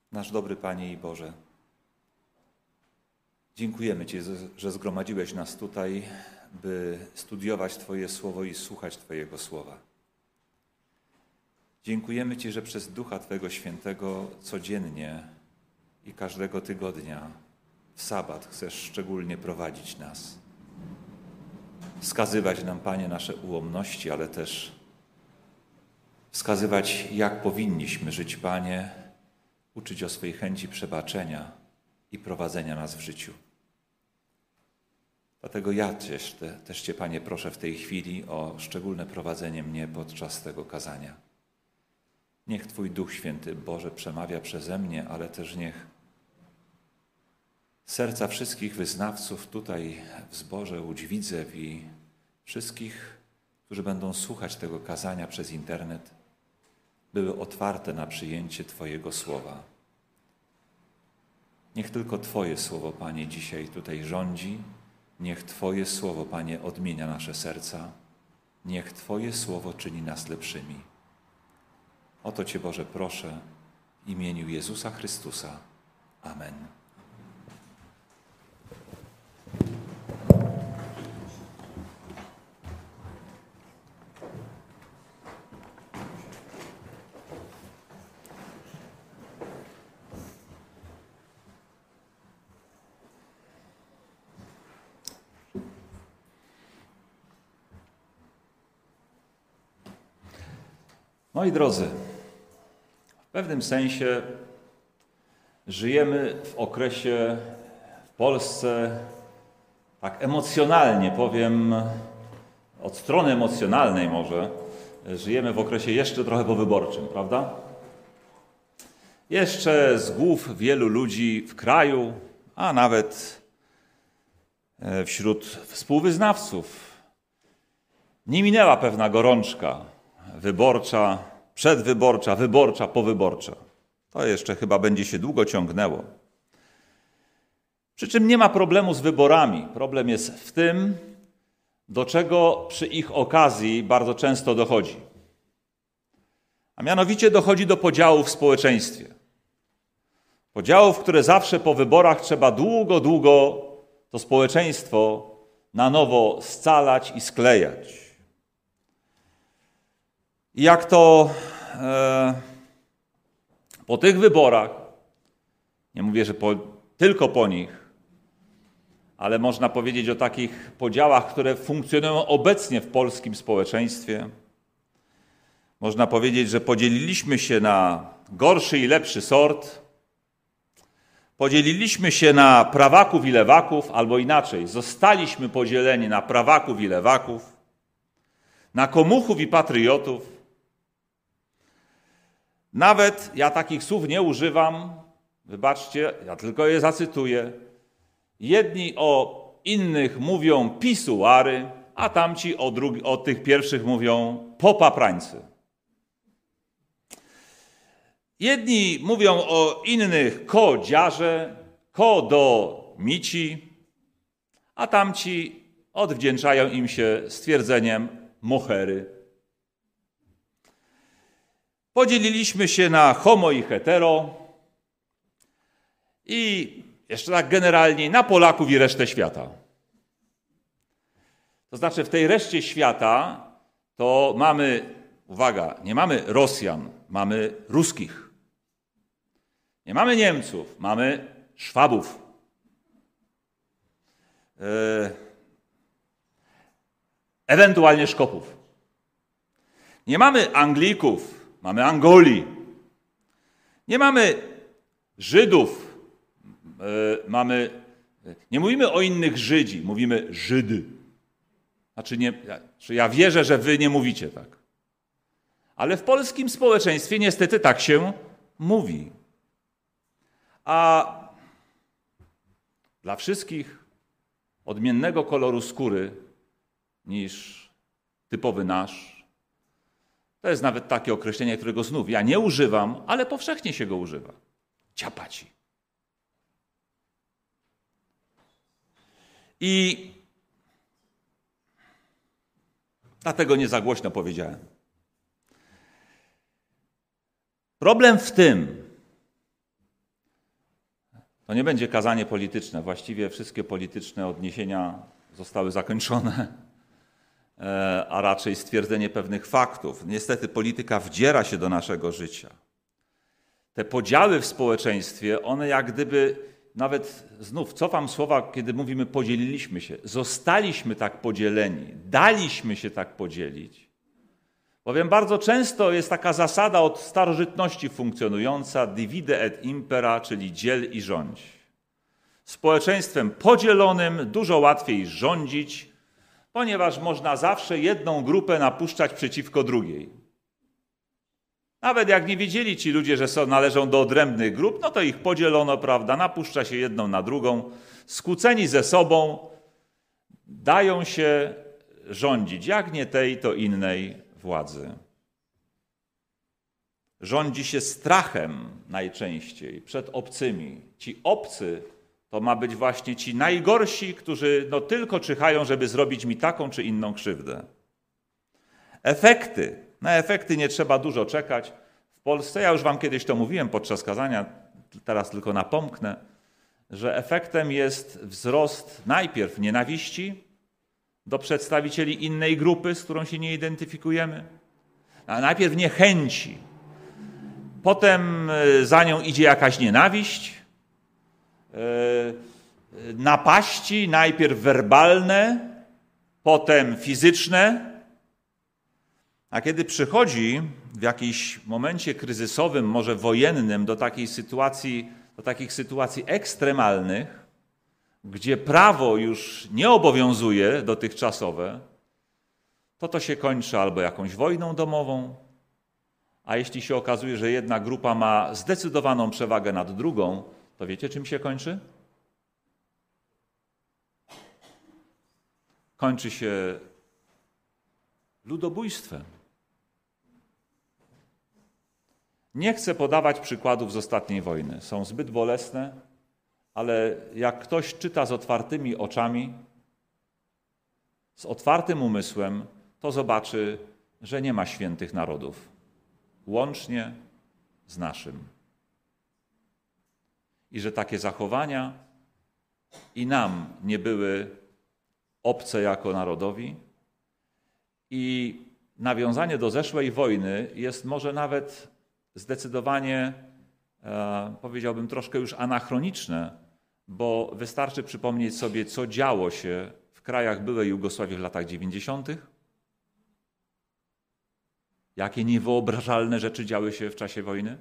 Nasz dobry Panie i Boże, dziękujemy Ci, że zgromadziłeś nas tutaj, by studiować Twoje Słowo i słuchać Twojego Słowa. Dziękujemy Ci, że przez Ducha Twego Świętego codziennie i każdego tygodnia w sabat chcesz szczególnie prowadzić nas. Wskazywać nam, Panie, nasze ułomności, ale też wskazywać, jak powinniśmy żyć, Panie, uczyć o swej chęci przebaczenia i prowadzenia nas w życiu. Dlatego ja też Cię, Panie, proszę w tej chwili o szczególne prowadzenie mnie podczas tego kazania. Niech Twój Duch Święty, Boże, przemawia przeze mnie, ale też niech serca wszystkich wyznawców tutaj w zborze Łódź Widzew i wszystkich, którzy będą słuchać tego kazania przez internet, były otwarte na przyjęcie Twojego Słowa. Niech tylko Twoje Słowo, Panie, dzisiaj tutaj rządzi. Niech Twoje Słowo, Panie, odmienia nasze serca. Niech Twoje Słowo czyni nas lepszymi. O to Cię, Boże, proszę w imieniu Jezusa Chrystusa. Amen. Moi drodzy, w pewnym sensie żyjemy w okresie w Polsce, tak emocjonalnie powiem, od strony emocjonalnej może, żyjemy w okresie jeszcze trochę powyborczym, prawda? Jeszcze z głów wielu ludzi w kraju, a nawet wśród współwyznawców nie minęła pewna gorączka wyborcza, przedwyborcza, wyborcza, powyborcza. To jeszcze chyba będzie się długo ciągnęło. Przy czym nie ma problemu z wyborami. Problem jest w tym, do czego przy ich okazji bardzo często dochodzi. A mianowicie dochodzi do podziałów w społeczeństwie. Podziałów, które zawsze po wyborach trzeba długo to społeczeństwo na nowo scalać i sklejać. I jak to po tych wyborach, nie mówię, że tylko po nich, ale można powiedzieć o takich podziałach, które funkcjonują obecnie w polskim społeczeństwie. Można powiedzieć, że podzieliliśmy się na gorszy i lepszy sort, podzieliliśmy się na prawaków i lewaków, albo inaczej, zostaliśmy podzieleni na prawaków i lewaków, na komuchów i patriotów. Nawet ja takich słów nie używam, wybaczcie, ja tylko je zacytuję. Jedni o innych mówią pisuary, a tamci o tych pierwszych mówią popaprańcy. Jedni mówią o innych kodziarze, kodomici, a tamci odwdzięczają im się stwierdzeniem mohery. Podzieliliśmy się na homo i hetero i jeszcze tak generalnie na Polaków i resztę świata. To znaczy w tej reszcie świata to mamy, uwaga, nie mamy Rosjan, mamy ruskich. Nie mamy Niemców, mamy Szwabów. Ewentualnie Szkopów. Nie mamy Anglików, mamy Angolii. Nie mamy Żydów, nie mówimy o innych Żydzi, mówimy Żydy. Znaczy ja wierzę, że wy nie mówicie tak. Ale w polskim społeczeństwie niestety tak się mówi. A dla wszystkich odmiennego koloru skóry niż typowy nasz, to jest nawet takie określenie, którego znów ja nie używam, ale powszechnie się go używa. Ciapaci. I dlatego nie za głośno powiedziałem. Problem w tym, To nie będzie kazanie polityczne. Właściwie wszystkie polityczne odniesienia zostały zakończone, a raczej stwierdzenie pewnych faktów. Niestety polityka wdziera się do naszego życia. Te podziały w społeczeństwie, one jak gdyby, nawet znów cofam słowa, kiedy mówimy podzieliliśmy się, zostaliśmy tak podzieleni, daliśmy się tak podzielić. Bowiem bardzo często jest taka zasada od starożytności funkcjonująca divide et impera, czyli dziel i rządź. Społeczeństwem podzielonym dużo łatwiej rządzić, ponieważ można zawsze jedną grupę napuszczać przeciwko drugiej. Nawet jak nie wiedzieli ci ludzie, że należą do odrębnych grup, no to ich podzielono, prawda, napuszcza się jedną na drugą, skłóceni ze sobą, dają się rządzić, jak nie tej, to innej władzy. Rządzi się strachem najczęściej przed obcymi. Ci obcy to ma być właśnie ci najgorsi, którzy tylko czyhają, żeby zrobić mi taką czy inną krzywdę. Efekty. Na efekty nie trzeba dużo czekać. W Polsce, ja już wam kiedyś to mówiłem podczas kazania, teraz tylko napomknę, że efektem jest wzrost najpierw nienawiści do przedstawicieli innej grupy, z którą się nie identyfikujemy, a najpierw niechęci. Potem za nią idzie jakaś nienawiść, napaści, najpierw werbalne, potem fizyczne. A kiedy przychodzi w jakimś momencie kryzysowym, może wojennym, do takich sytuacji ekstremalnych, gdzie prawo już nie obowiązuje dotychczasowe, to się kończy albo jakąś wojną domową, a jeśli się okazuje, że jedna grupa ma zdecydowaną przewagę nad drugą, to wiecie, czym się kończy? Kończy się ludobójstwem. Nie chcę podawać przykładów z ostatniej wojny. Są zbyt bolesne, ale jak ktoś czyta z otwartymi oczami, z otwartym umysłem, to zobaczy, że nie ma świętych narodów, łącznie z naszym. I że takie zachowania i nam nie były obce jako narodowi. I nawiązanie do zeszłej wojny jest może nawet zdecydowanie, powiedziałbym, troszkę już anachroniczne, bo wystarczy przypomnieć sobie, co działo się w krajach byłej Jugosławii w latach 90. Jakie niewyobrażalne rzeczy działy się w czasie wojny.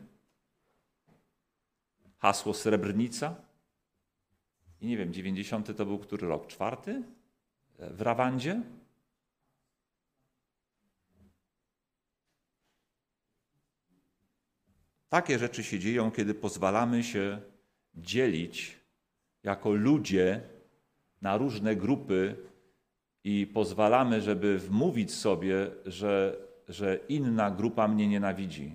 Hasło Srebrenica. I nie wiem, 90. to był który rok? 4? W Rawandzie? Takie rzeczy się dzieją, kiedy pozwalamy się dzielić jako ludzie na różne grupy i pozwalamy, żeby wmówić sobie, że inna grupa mnie nienawidzi.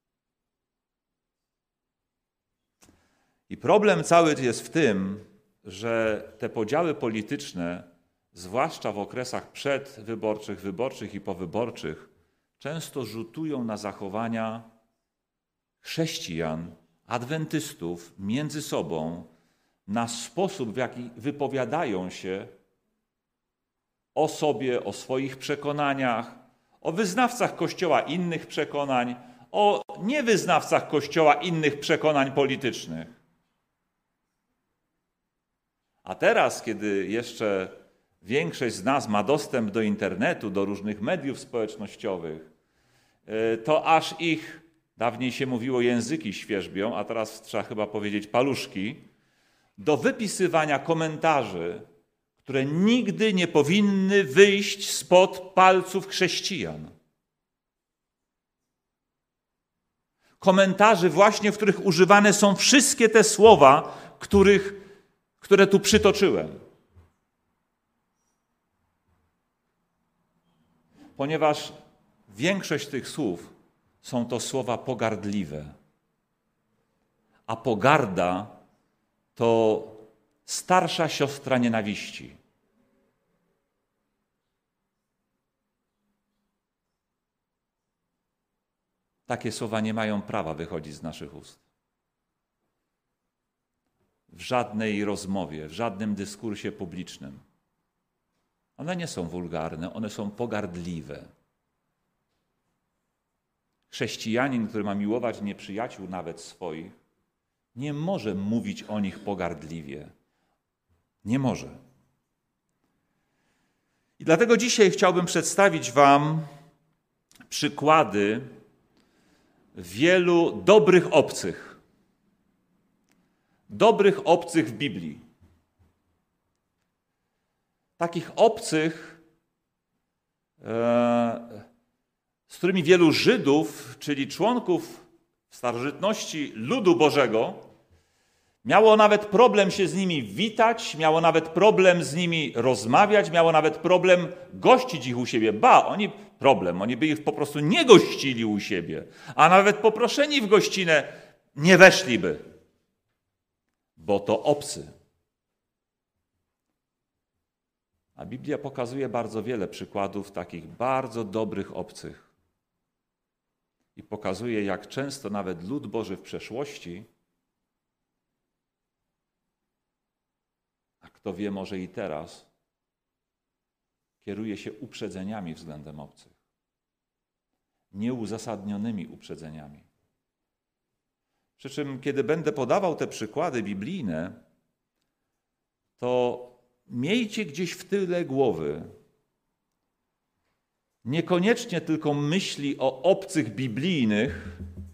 I problem cały jest w tym, że te podziały polityczne, zwłaszcza w okresach przedwyborczych, wyborczych i powyborczych, często rzutują na zachowania chrześcijan, adwentystów między sobą, na sposób, w jaki wypowiadają się o sobie, o swoich przekonaniach, o wyznawcach Kościoła innych przekonań, o niewyznawcach Kościoła innych przekonań politycznych. A teraz, kiedy jeszcze większość z nas ma dostęp do internetu, do różnych mediów społecznościowych, to aż ich, dawniej się mówiło, języki świerzbią, a teraz trzeba chyba powiedzieć paluszki, do wypisywania komentarzy, które nigdy nie powinny wyjść spod palców chrześcijan. Komentarzy właśnie, w których używane są wszystkie te słowa, które tu przytoczyłem. Ponieważ większość tych słów są to słowa pogardliwe. A pogarda to starsza siostra nienawiści. Takie słowa nie mają prawa wychodzić z naszych ust. w żadnej rozmowie, w żadnym dyskursie publicznym. One nie są wulgarne, one są pogardliwe. Chrześcijanin, który ma miłować nieprzyjaciół nawet swoich, nie może mówić o nich pogardliwie. Nie może. I dlatego dzisiaj chciałbym przedstawić wam przykłady wielu dobrych obcych. Dobrych obcych w Biblii. Takich obcych, z którymi wielu Żydów, czyli członków w starożytności ludu Bożego, miało nawet problem się z nimi witać, miało nawet problem z nimi rozmawiać, miało nawet problem gościć ich u siebie. Oni by ich po prostu nie gościli u siebie, a nawet poproszeni w gościnę nie weszliby, bo to obcy. A Biblia pokazuje bardzo wiele przykładów takich bardzo dobrych obcych. I pokazuje, jak często nawet lud Boży w przeszłości, a kto wie, może i teraz, kieruje się uprzedzeniami względem obcych. Nieuzasadnionymi uprzedzeniami. Przy czym, kiedy będę podawał te przykłady biblijne, to miejcie gdzieś w tyle głowy niekoniecznie tylko myśli o obcych biblijnych,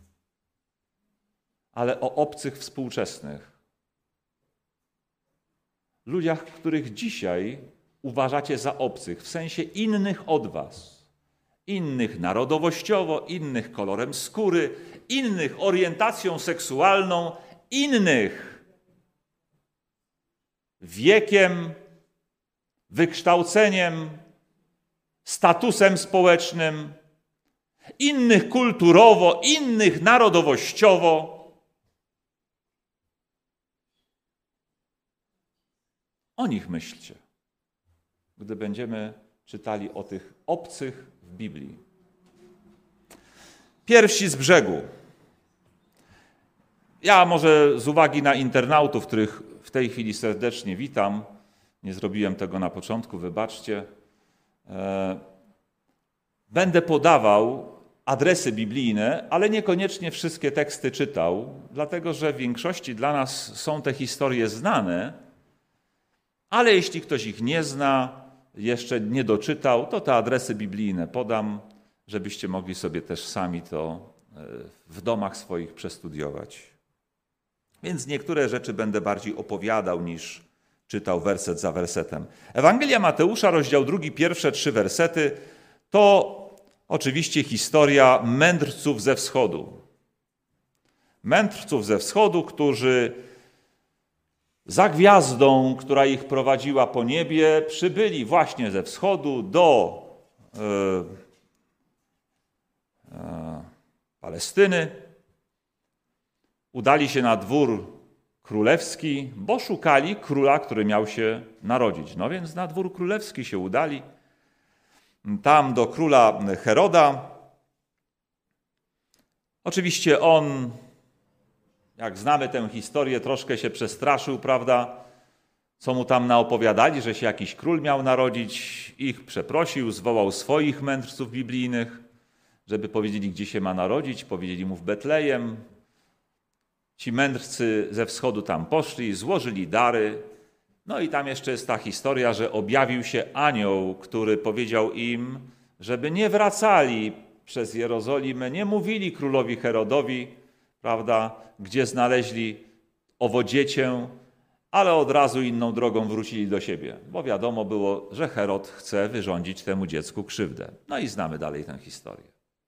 ale o obcych współczesnych. Ludziach, których dzisiaj uważacie za obcych, w sensie innych od was. Innych narodowościowo, innych kolorem skóry, innych orientacją seksualną, innych wiekiem, wykształceniem, statusem społecznym, innych kulturowo, innych narodowościowo. O nich myślcie, gdy będziemy czytali o tych obcych w Biblii. Pierwsi z brzegu. Ja może z uwagi na internautów, których w tej chwili serdecznie witam, nie zrobiłem tego na początku, wybaczcie, będę podawał adresy biblijne, ale niekoniecznie wszystkie teksty czytał, dlatego że w większości dla nas są te historie znane, ale jeśli ktoś ich nie zna, jeszcze nie doczytał, to te adresy biblijne podam, żebyście mogli sobie też sami to w domach swoich przestudiować. Więc niektóre rzeczy będę bardziej opowiadał niż czytał werset za wersetem. Ewangelia Mateusza, rozdział 2, pierwsze 3 wersety, to oczywiście historia mędrców ze wschodu. Mędrców ze wschodu, którzy za gwiazdą, która ich prowadziła po niebie, przybyli właśnie ze wschodu do Palestyny. Udali się na dwór królewski, bo szukali króla, który miał się narodzić. No więc na dwór królewski się udali. Tam do króla Heroda. Oczywiście on, jak znamy tę historię, troszkę się przestraszył, prawda? Co mu tam naopowiadali, że się jakiś król miał narodzić. Ich przeprosił, zwołał swoich mędrców biblijnych, żeby powiedzieli, gdzie się ma narodzić. Powiedzieli mu w Betlejem. Ci mędrcy ze wschodu tam poszli, złożyli dary. No i tam jeszcze jest ta historia, że objawił się anioł, który powiedział im, żeby nie wracali przez Jerozolimę, nie mówili królowi Herodowi, prawda, gdzie znaleźli owo dziecię, ale od razu inną drogą wrócili do siebie, bo wiadomo było, że Herod chce wyrządzić temu dziecku krzywdę. No i znamy dalej tę historię.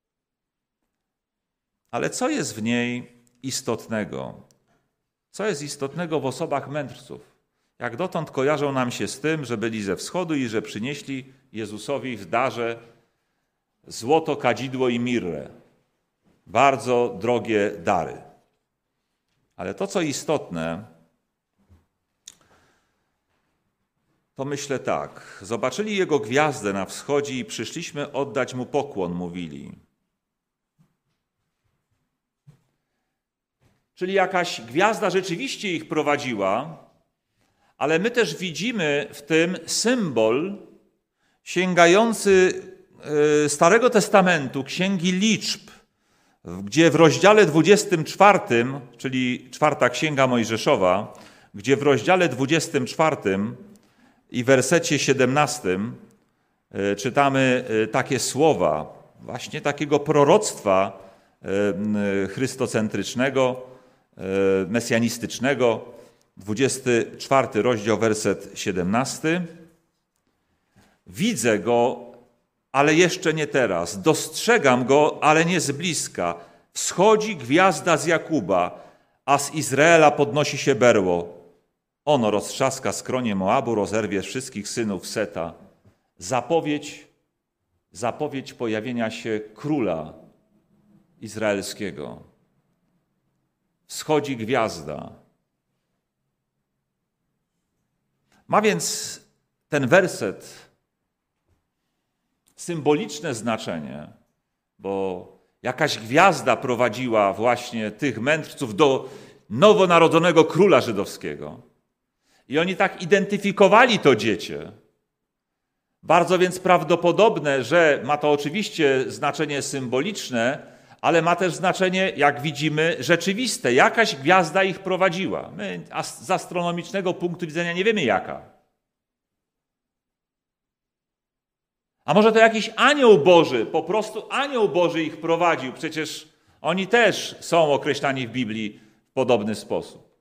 Ale co jest w niej istotnego? Co jest istotnego w osobach mędrców? Jak dotąd kojarzą nam się z tym, że byli ze wschodu i że przynieśli Jezusowi w darze złoto, kadzidło i mirrę. Bardzo drogie dary. Ale to, co istotne, to myślę tak. Zobaczyli Jego gwiazdę na wschodzie i przyszliśmy oddać Mu pokłon, mówili. czyli jakaś gwiazda rzeczywiście ich prowadziła, ale my też widzimy w tym symbol sięgający Starego Testamentu, Księgi Liczb, gdzie w rozdziale 24, czyli 4. Księga Mojżeszowa, gdzie w rozdziale 24 i wersecie 17 czytamy takie słowa, właśnie takiego proroctwa chrystocentrycznego, mesjanistycznego, 24 rozdział, werset 17. Widzę go, ale jeszcze nie teraz. Dostrzegam go, ale nie z bliska. Wschodzi gwiazda z Jakuba, a z Izraela podnosi się berło. Ono roztrzaska skronie Moabu, rozerwie wszystkich synów Seta. Zapowiedź pojawienia się króla izraelskiego. Wschodzi gwiazda. Ma więc ten werset symboliczne znaczenie, bo jakaś gwiazda prowadziła właśnie tych mędrców do nowonarodzonego króla żydowskiego. I oni tak identyfikowali to dziecię. Bardzo więc prawdopodobne, że ma to oczywiście znaczenie symboliczne, ale ma też znaczenie, jak widzimy, rzeczywiste. Jakaś gwiazda ich prowadziła. My z astronomicznego punktu widzenia nie wiemy jaka. A może to jakiś anioł Boży, po prostu anioł Boży ich prowadził. Przecież oni też są określani w Biblii w podobny sposób.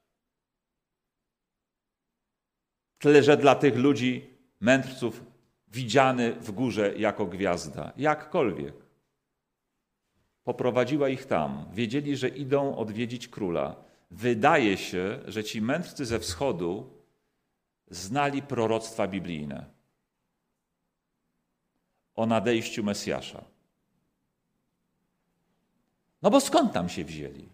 Tyle, że dla tych ludzi, mędrców, widziany w górze jako gwiazda. Jakkolwiek. Poprowadziła ich tam. Wiedzieli, że idą odwiedzić króla. Wydaje się, że ci mędrcy ze wschodu znali proroctwa biblijne o nadejściu Mesjasza. No bo skąd tam się wzięli?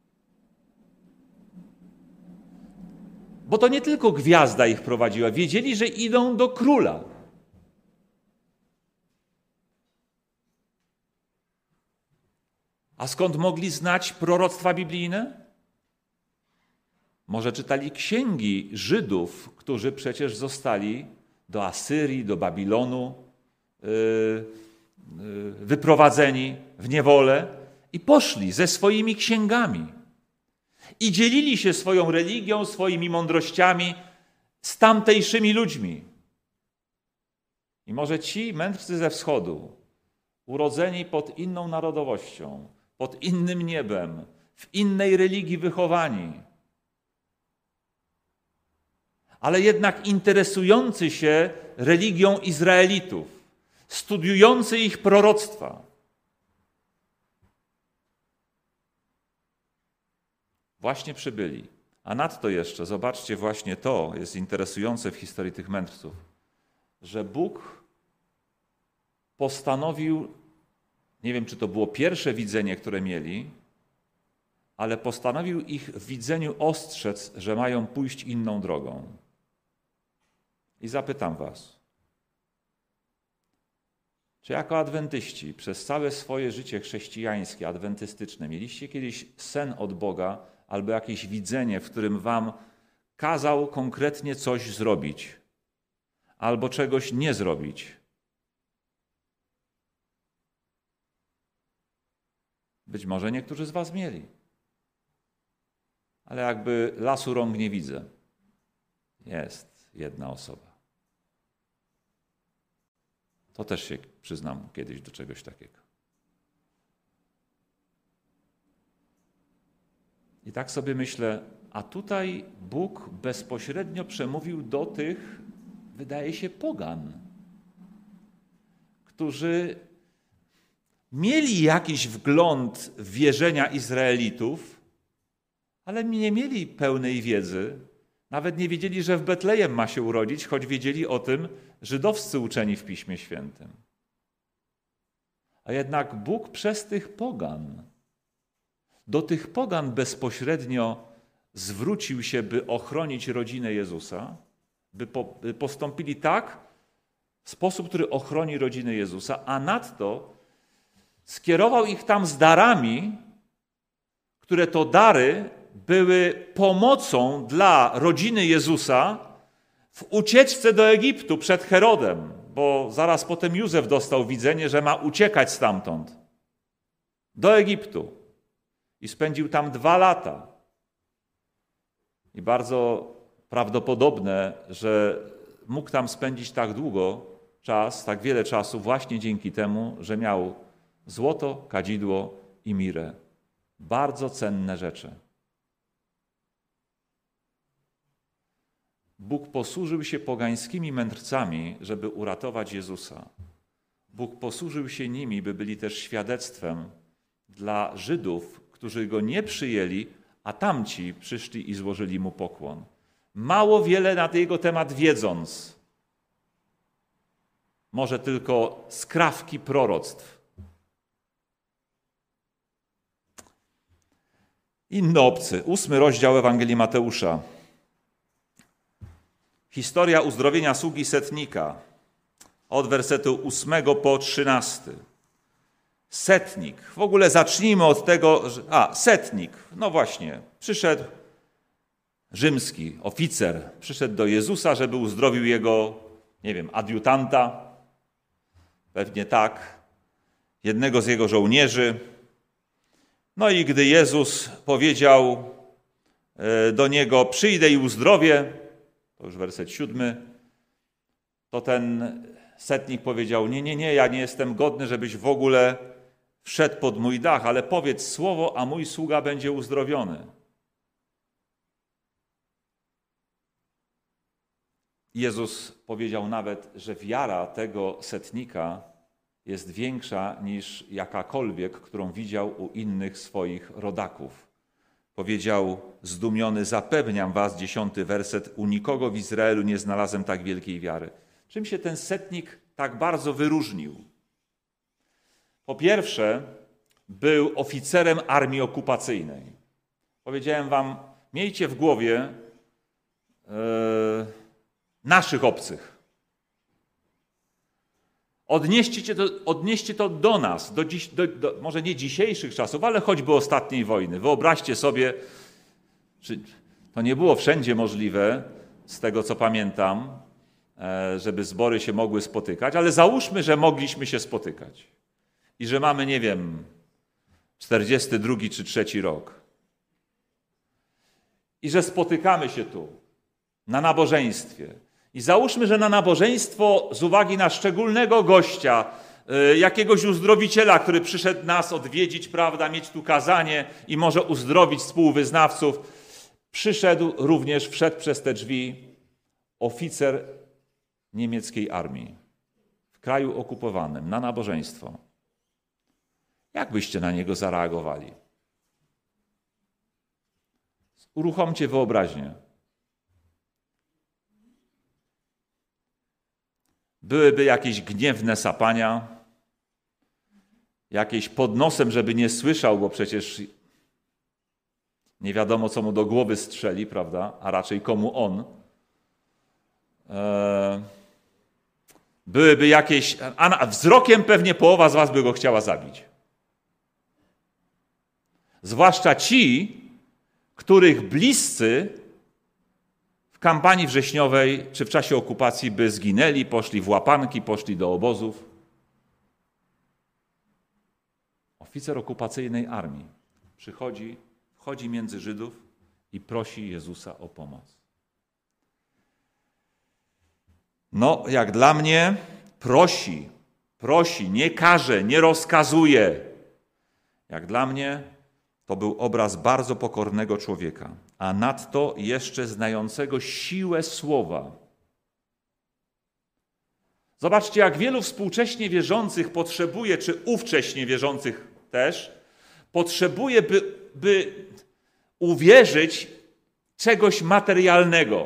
Bo to nie tylko gwiazda ich prowadziła. Wiedzieli, że idą do króla. A skąd mogli znać proroctwa biblijne? Może czytali księgi Żydów, którzy przecież zostali do Asyrii, do Babilonu wyprowadzeni w niewolę i poszli ze swoimi księgami. I dzielili się swoją religią, swoimi mądrościami z tamtejszymi ludźmi. I może ci mędrcy ze wschodu, urodzeni pod inną narodowością, pod innym niebem, w innej religii wychowani, ale jednak interesujący się religią Izraelitów, studiujący ich proroctwa. Właśnie przybyli. A nadto jeszcze, zobaczcie, właśnie to jest interesujące w historii tych mędrców, że Bóg postanowił, nie wiem, czy to było pierwsze widzenie, które mieli, ale postanowił ich w widzeniu ostrzec, że mają pójść inną drogą. I zapytam was, czy jako adwentyści przez całe swoje życie chrześcijańskie, adwentystyczne, mieliście kiedyś sen od Boga albo jakieś widzenie, w którym wam kazał konkretnie coś zrobić albo czegoś nie zrobić? Być może niektórzy z was mieli, ale jakby lasu rąk nie widzę. Jest jedna osoba. To też się przyznam kiedyś do czegoś takiego. I tak sobie myślę, a tutaj Bóg bezpośrednio przemówił do tych, wydaje się, pogan, którzy mieli jakiś wgląd w wierzenia Izraelitów, ale nie mieli pełnej wiedzy. Nawet nie wiedzieli, że w Betlejem ma się urodzić, choć wiedzieli o tym żydowscy uczeni w Piśmie Świętym. A jednak Bóg przez tych pogan, do tych pogan bezpośrednio zwrócił się, by ochronić rodzinę Jezusa, by postąpili tak, w sposób, który ochroni rodzinę Jezusa, a nadto skierował ich tam z darami, które to dary były pomocą dla rodziny Jezusa w ucieczce do Egiptu przed Herodem, bo zaraz potem Józef dostał widzenie, że ma uciekać stamtąd do Egiptu i spędził tam 2 lata. I bardzo prawdopodobne, że mógł tam spędzić tak długo czas, tak wiele czasu właśnie dzięki temu, że miał złoto, kadzidło i mirę. Bardzo cenne rzeczy. Bóg posłużył się pogańskimi mędrcami, żeby uratować Jezusa. Bóg posłużył się nimi, by byli też świadectwem dla Żydów, którzy Go nie przyjęli, a tamci przyszli i złożyli Mu pokłon. Mało wiele na jego temat wiedząc, może tylko skrawki proroctw. Inny obcy, 8 rozdział Ewangelii Mateusza. Historia uzdrowienia sługi setnika, od wersetu 8 po 13. Setnik. W ogóle zacznijmy od tego, że... setnik. No właśnie, przyszedł rzymski oficer, przyszedł do Jezusa, żeby uzdrowił jego, nie wiem, adiutanta, pewnie tak, jednego z jego żołnierzy. No i gdy Jezus powiedział do niego, przyjdę i uzdrowię, to już werset 7, to ten setnik powiedział, nie, ja nie jestem godny, żebyś w ogóle wszedł pod mój dach, ale powiedz słowo, a mój sługa będzie uzdrowiony. Jezus powiedział nawet, że wiara tego setnika jest większa niż jakakolwiek, którą widział u innych swoich rodaków. Powiedział zdumiony, zapewniam was, 10 werset, u nikogo w Izraelu nie znalazłem tak wielkiej wiary. Czym się ten setnik tak bardzo wyróżnił? Po pierwsze, był oficerem armii okupacyjnej. Powiedziałem wam, miejcie w głowie naszych obcych. Odnieście to do nas, może nie dzisiejszych czasów, ale choćby ostatniej wojny. Wyobraźcie sobie, to nie było wszędzie możliwe, z tego co pamiętam, żeby zbory się mogły spotykać, ale załóżmy, że mogliśmy się spotykać i że mamy, nie wiem, 42 czy 3 rok i że spotykamy się tu na nabożeństwie. I załóżmy, że na nabożeństwo z uwagi na szczególnego gościa, jakiegoś uzdrowiciela, który przyszedł nas odwiedzić, prawda, mieć tu kazanie i może uzdrowić współwyznawców, wszedł przez te drzwi oficer niemieckiej armii w kraju okupowanym na nabożeństwo. Jak byście na niego zareagowali? Uruchomcie wyobraźnię. Byłyby jakieś gniewne sapania, jakieś pod nosem, żeby nie słyszał, bo przecież nie wiadomo, co mu do głowy strzeli, prawda? A raczej komu on. Byłyby jakieś... A wzrokiem pewnie połowa z was by go chciała zabić. Zwłaszcza ci, których bliscy w kampanii wrześniowej czy w czasie okupacji by zginęli, poszli w łapanki, poszli do obozów. Oficer okupacyjnej armii wchodzi między Żydów i prosi Jezusa o pomoc. No, jak dla mnie, prosi, nie każe, nie rozkazuje. Jak dla mnie, to był obraz bardzo pokornego człowieka, a nadto jeszcze znającego siłę słowa. Zobaczcie, jak wielu współcześnie wierzących potrzebuje, czy ówcześnie wierzących też, potrzebuje, by uwierzyć czegoś materialnego.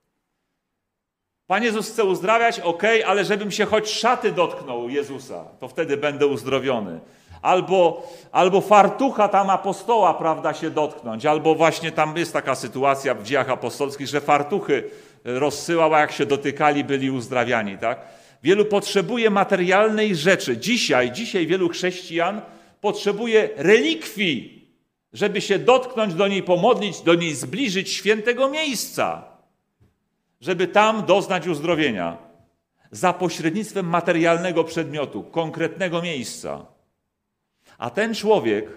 Pan Jezus chce uzdrawiać, okej, ale żebym się choć szaty dotknął Jezusa, to wtedy będę uzdrowiony. Albo fartucha tam apostoła, prawda, się dotknąć, albo właśnie tam jest taka sytuacja w Dziejach Apostolskich, że fartuchy rozsyłał, a jak się dotykali, byli uzdrawiani, tak? Wielu potrzebuje materialnej rzeczy. Dzisiaj wielu chrześcijan potrzebuje relikwii, żeby się dotknąć, do niej pomodlić, do niej zbliżyć świętego miejsca, żeby tam doznać uzdrowienia za pośrednictwem materialnego przedmiotu, konkretnego miejsca. A ten człowiek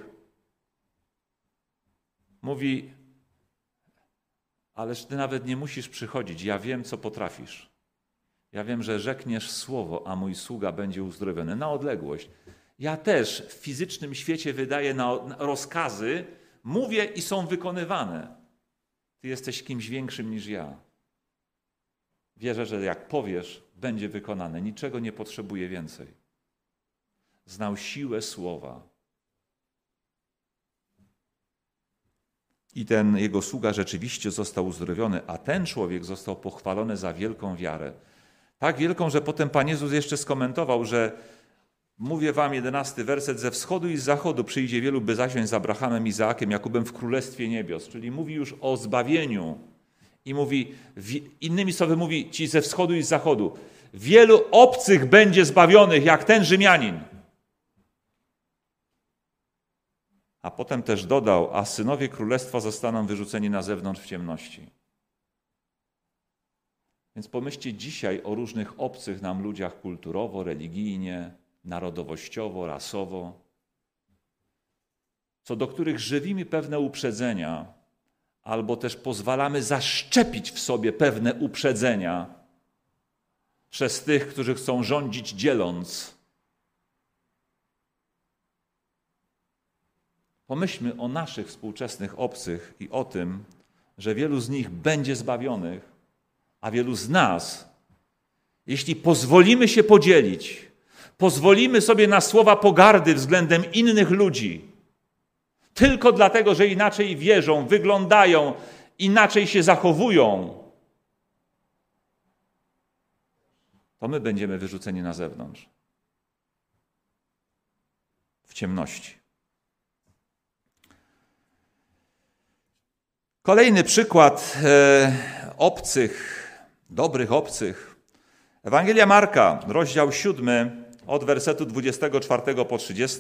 mówi: ależ ty nawet nie musisz przychodzić, ja wiem, co potrafisz. Ja wiem, że rzekniesz słowo, a mój sługa będzie uzdrowiony na odległość. Ja też w fizycznym świecie wydaję na rozkazy, mówię i są wykonywane. Ty jesteś kimś większym niż ja. Wierzę, że jak powiesz, będzie wykonane. Niczego nie potrzebuję więcej. Znał siłę słowa. I ten jego sługa rzeczywiście został uzdrowiony, a ten człowiek został pochwalony za wielką wiarę. Tak wielką, że potem Pan Jezus jeszcze skomentował, że mówię wam, 11 werset, ze wschodu i z zachodu przyjdzie wielu, by zasiąść z Abrahamem, Izaakiem, Jakubem w Królestwie Niebios. Czyli mówi już o zbawieniu. I mówi, innymi słowy mówi ci ze wschodu i z zachodu, wielu obcych będzie zbawionych, jak ten Rzymianin. A potem też dodał, a synowie królestwa zostaną wyrzuceni na zewnątrz w ciemności. Więc pomyślcie dzisiaj o różnych obcych nam ludziach kulturowo, religijnie, narodowościowo, rasowo, co do których żywimy pewne uprzedzenia, albo też pozwalamy zaszczepić w sobie pewne uprzedzenia przez tych, którzy chcą rządzić dzieląc. Pomyślmy o naszych współczesnych obcych i o tym, że wielu z nich będzie zbawionych, a wielu z nas, jeśli pozwolimy się podzielić, pozwolimy sobie na słowa pogardy względem innych ludzi, tylko dlatego, że inaczej wierzą, wyglądają, inaczej się zachowują, to my będziemy wyrzuceni na zewnątrz, w ciemności. Kolejny przykład obcych, dobrych obcych. Ewangelia Marka, rozdział 7, od wersetu 24 po 30.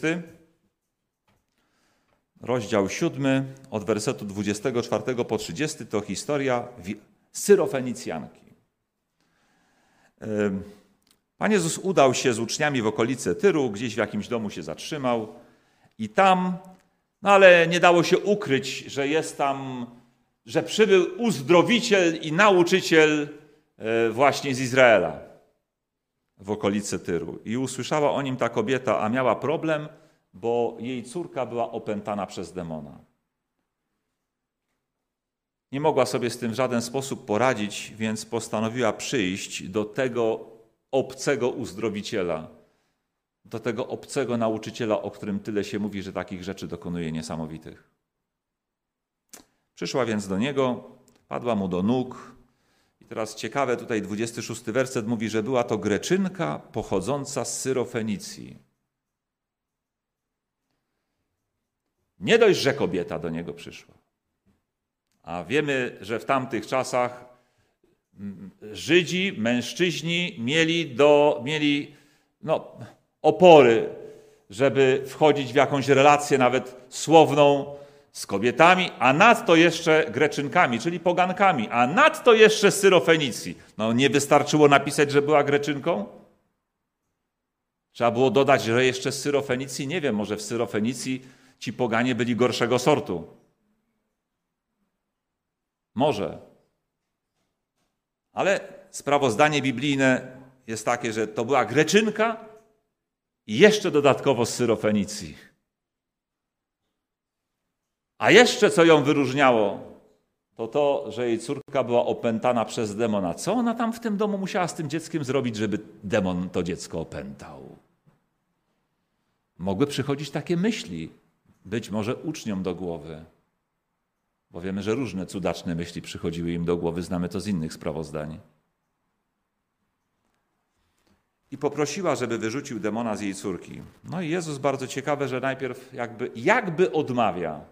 Rozdział 7, od wersetu 24 po 30 to historia Syrofenicjanki. Pan Jezus udał się z uczniami w okolice Tyru, gdzieś w jakimś domu się zatrzymał i tam, ale nie dało się ukryć, że jest tam, że przybył uzdrowiciel i nauczyciel właśnie z Izraela w okolicy Tyru. I usłyszała o nim ta kobieta, a miała problem, bo jej córka była opętana przez demona. Nie mogła sobie z tym w żaden sposób poradzić, więc postanowiła przyjść do tego obcego uzdrowiciela, do tego obcego nauczyciela, o którym tyle się mówi, że takich rzeczy dokonuje niesamowitych. Przyszła więc do niego, padła mu do nóg. I teraz ciekawe, tutaj 26 werset mówi, że była to Greczynka pochodząca z Syrofenicji. Nie dość, że kobieta do niego przyszła. A wiemy, że w tamtych czasach Żydzi, mężczyźni mieli opory, żeby wchodzić w jakąś relację nawet słowną z kobietami, a nadto jeszcze Greczynkami, czyli pogankami, a nadto jeszcze z Syrofenicji. No nie wystarczyło napisać, że była Greczynką? Trzeba było dodać, że jeszcze z Syrofenicji, nie wiem, może w Syrofenicji ci poganie byli gorszego sortu. Może. Ale sprawozdanie biblijne jest takie, że to była Greczynka i jeszcze dodatkowo z Syrofenicji. A jeszcze co ją wyróżniało, to, że jej córka była opętana przez demona. Co ona tam w tym domu musiała z tym dzieckiem zrobić, żeby demon to dziecko opętał? Mogły przychodzić takie myśli, być może uczniom do głowy. Bo wiemy, że różne cudaczne myśli przychodziły im do głowy, znamy to z innych sprawozdań. I poprosiła, żeby wyrzucił demona z jej córki. No i Jezus, bardzo ciekawe, że najpierw jakby odmawia.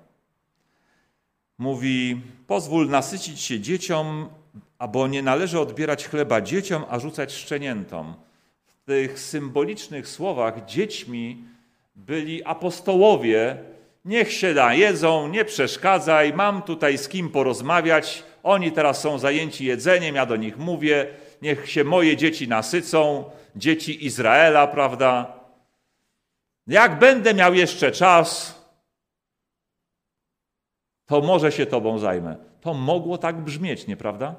Mówi, pozwól nasycić się dzieciom, bo nie należy odbierać chleba dzieciom, a rzucać szczeniętom. W tych symbolicznych słowach dziećmi byli apostołowie niech się najedzą, nie przeszkadzaj, mam tutaj z kim porozmawiać, oni teraz są zajęci jedzeniem, ja do nich mówię, niech się moje dzieci nasycą, dzieci Izraela, prawda? Jak będę miał jeszcze czas, to może się tobą zajmę. To mogło tak brzmieć, nieprawda?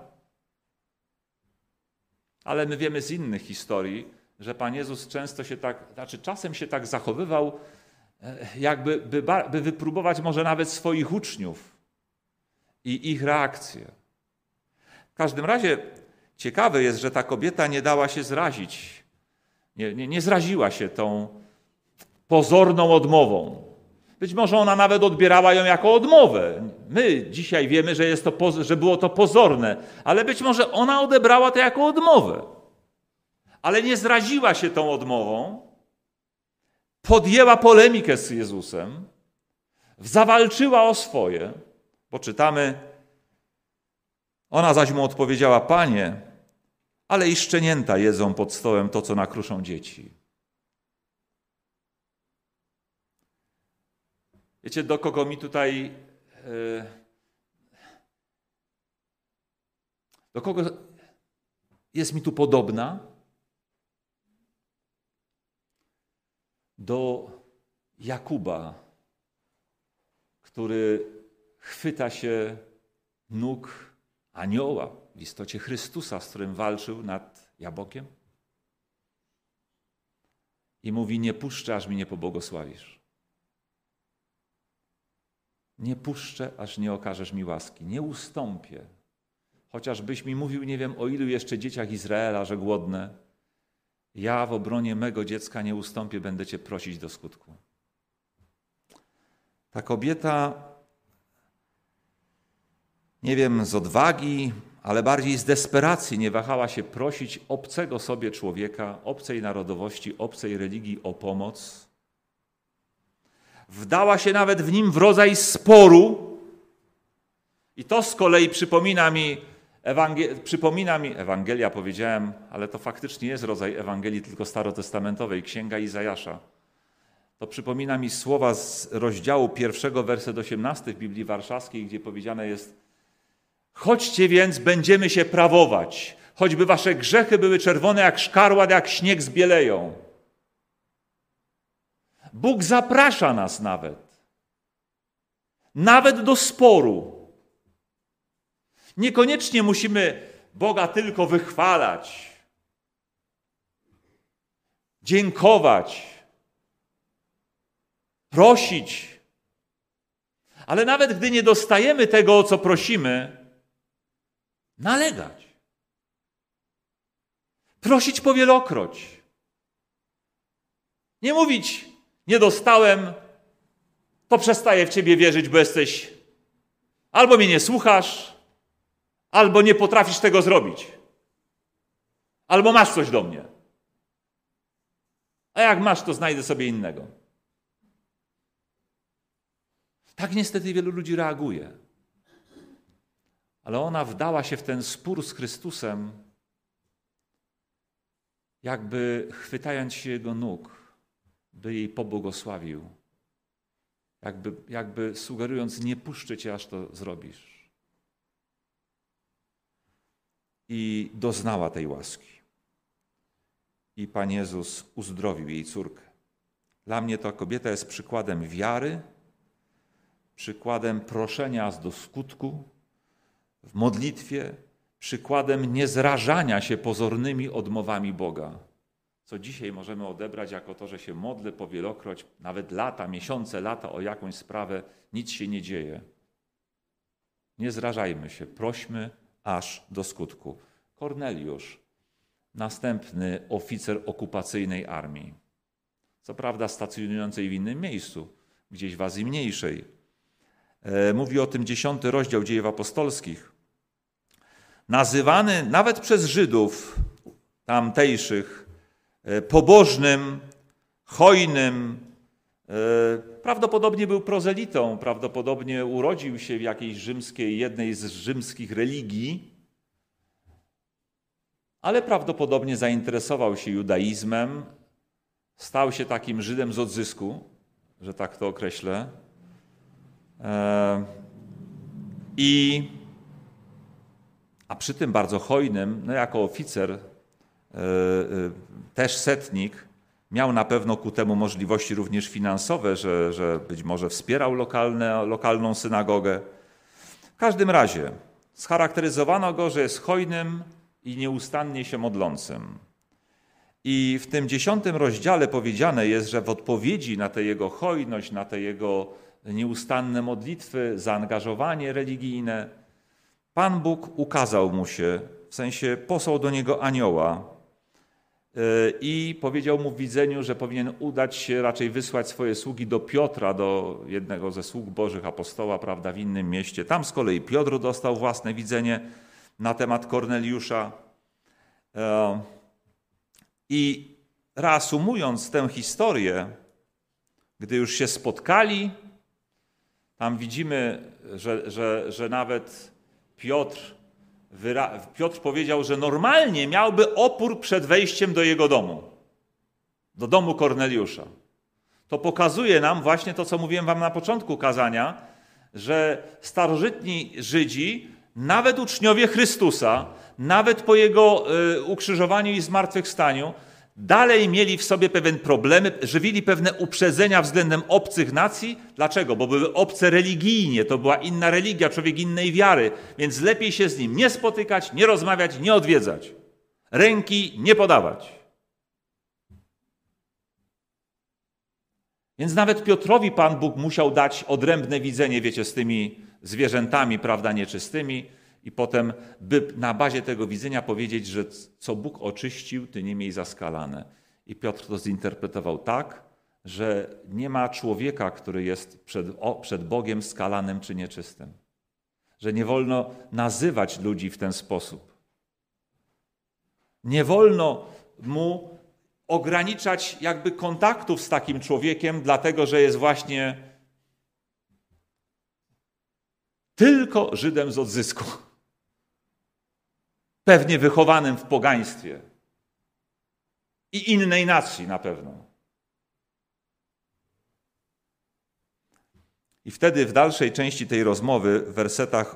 Ale my wiemy z innych historii, że Pan Jezus często się tak, czasem się tak zachowywał, jakby by wypróbować może nawet swoich uczniów i ich reakcję. W każdym razie ciekawe jest, że ta kobieta nie dała się zrazić. Nie zraziła się tą pozorną odmową. Być może ona nawet odbierała ją jako odmowę. My dzisiaj wiemy, że było to pozorne, ale być może ona odebrała to jako odmowę. Ale nie zraziła się tą odmową, podjęła polemikę z Jezusem, zawalczyła o swoje, bo czytamy, ona zaś mu odpowiedziała: Panie, ale i szczenięta jedzą pod stołem to, co nakruszą dzieci. Wiecie, do kogo mi tutaj, do kogo jest mi tu podobna? Do Jakuba, który chwyta się nóg anioła, w istocie Chrystusa, z którym walczył nad jabłkiem i mówi: nie puszczę, aż mi nie pobłogosławisz. Nie puszczę, aż nie okażesz mi łaski. Nie ustąpię. Chociażbyś mi mówił, nie wiem o ilu jeszcze dzieciach Izraela, że głodne, ja w obronie mego dziecka nie ustąpię, będę Cię prosić do skutku. Ta kobieta, nie wiem, z odwagi, ale bardziej z desperacji nie wahała się prosić obcego sobie człowieka, obcej narodowości, obcej religii o pomoc. Wdała się nawet w nim w rodzaj sporu i to z kolei przypomina mi Ewangelia, powiedziałem, ale to faktycznie jest rodzaj Ewangelii, tylko starotestamentowej, Księga Izajasza. To przypomina mi słowa z rozdziału 1, werset 18 w Biblii Warszawskiej, gdzie powiedziane jest: chodźcie więc, będziemy się prawować, choćby wasze grzechy były czerwone jak szkarłat, jak śnieg zbieleją. Bóg zaprasza nas nawet do sporu. Niekoniecznie musimy Boga tylko wychwalać, dziękować, prosić. Ale nawet gdy nie dostajemy tego, o co prosimy, nalegać. Prosić powielokroć. Nie mówić: nie dostałem, to przestaję w Ciebie wierzyć, bo jesteś albo mnie nie słuchasz, albo nie potrafisz tego zrobić. Albo masz coś do mnie. A jak masz, to znajdę sobie innego. Tak niestety wielu ludzi reaguje. Ale ona wdała się w ten spór z Chrystusem, jakby chwytając się Jego nóg, by jej pobłogosławił. Jakby sugerując: nie puszczę Cię, aż to zrobisz. I doznała tej łaski. I Pan Jezus uzdrowił jej córkę. Dla mnie ta kobieta jest przykładem wiary, przykładem proszenia aż do skutku w modlitwie, przykładem niezrażania się pozornymi odmowami Boga. Co dzisiaj możemy odebrać jako to, że się modlę powielokroć, nawet lata, miesiące, lata o jakąś sprawę, nic się nie dzieje. Nie zrażajmy się, prośmy aż do skutku. Korneliusz, następny oficer okupacyjnej armii, co prawda stacjonującej w innym miejscu, gdzieś w Azji Mniejszej. Mówi o tym 10 rozdział Dziejów Apostolskich. Nazywany nawet przez Żydów tamtejszych pobożnym, hojnym, prawdopodobnie był prozelitą, prawdopodobnie urodził się w jakiejś jednej z rzymskich religii, ale prawdopodobnie zainteresował się judaizmem, stał się takim Żydem z odzysku, że tak to określę, A przy tym bardzo hojnym, no jako oficer, też setnik, miał na pewno ku temu możliwości również finansowe, że być może wspierał lokalną synagogę. W każdym razie scharakteryzowano go, że jest hojnym i nieustannie się modlącym. I w tym 10 rozdziale powiedziane jest, że w odpowiedzi na tę jego hojność, na te jego nieustanne modlitwy, zaangażowanie religijne, Pan Bóg ukazał mu się, w sensie posłał do niego anioła i powiedział mu w widzeniu, że powinien udać się, raczej wysłać swoje sługi do Piotra, do jednego ze sług Bożych apostoła, prawda, w innym mieście. Tam z kolei Piotr dostał własne widzenie na temat Korneliusza. I reasumując tę historię, gdy już się spotkali, tam widzimy, że nawet Piotr powiedział, że normalnie miałby opór przed wejściem do jego domu, do domu Korneliusza. To pokazuje nam właśnie to, co mówiłem wam na początku kazania, że starożytni Żydzi, nawet uczniowie Chrystusa, nawet po Jego ukrzyżowaniu i zmartwychwstaniu, dalej mieli w sobie pewne problemy, żywili pewne uprzedzenia względem obcych nacji. Dlaczego? Bo były obce religijnie, to była inna religia, człowiek innej wiary, więc lepiej się z nim nie spotykać, nie rozmawiać, nie odwiedzać. Ręki nie podawać. Więc nawet Piotrowi Pan Bóg musiał dać odrębne widzenie, wiecie, z tymi zwierzętami, prawda, nieczystymi, i potem, by na bazie tego widzenia powiedzieć, że co Bóg oczyścił, ty nie miej zaskalane. I Piotr to zinterpretował tak, że nie ma człowieka, który jest przed Bogiem skalanym czy nieczystym. Że nie wolno nazywać ludzi w ten sposób. Nie wolno mu ograniczać jakby kontaktów z takim człowiekiem, dlatego że jest właśnie tylko Żydem z odzysku. Pewnie wychowanym w pogaństwie. I innej nacji na pewno. I wtedy w dalszej części tej rozmowy, w wersetach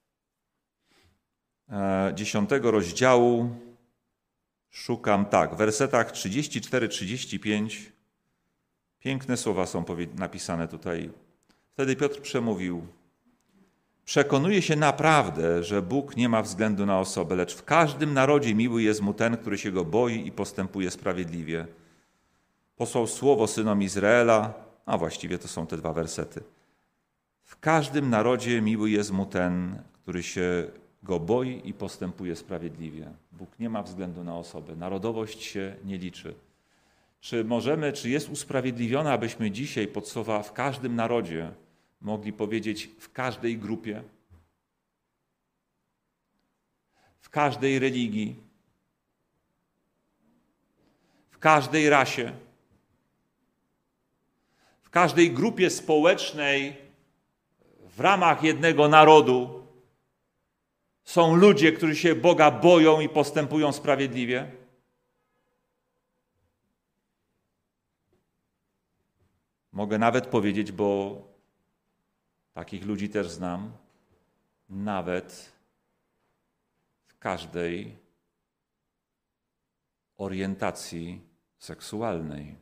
10 rozdziału, szukam tak, w wersetach 34-35, piękne słowa są napisane tutaj. Wtedy Piotr przemówił: przekonuje się naprawdę, że Bóg nie ma względu na osobę, lecz w każdym narodzie miły jest mu ten, który się go boi i postępuje sprawiedliwie. Posłał słowo synom Izraela, a właściwie to są te dwa wersety. W każdym narodzie miły jest mu ten, który się go boi i postępuje sprawiedliwie. Bóg nie ma względu na osobę. Narodowość się nie liczy. Czy jest usprawiedliwione, abyśmy dzisiaj pod słowa w każdym narodzie mogli powiedzieć w każdej grupie, w każdej religii, w każdej rasie, w każdej grupie społecznej w ramach jednego narodu są ludzie, którzy się Boga boją i postępują sprawiedliwie? Mogę nawet powiedzieć, bo takich ludzi też znam, nawet w każdej orientacji seksualnej.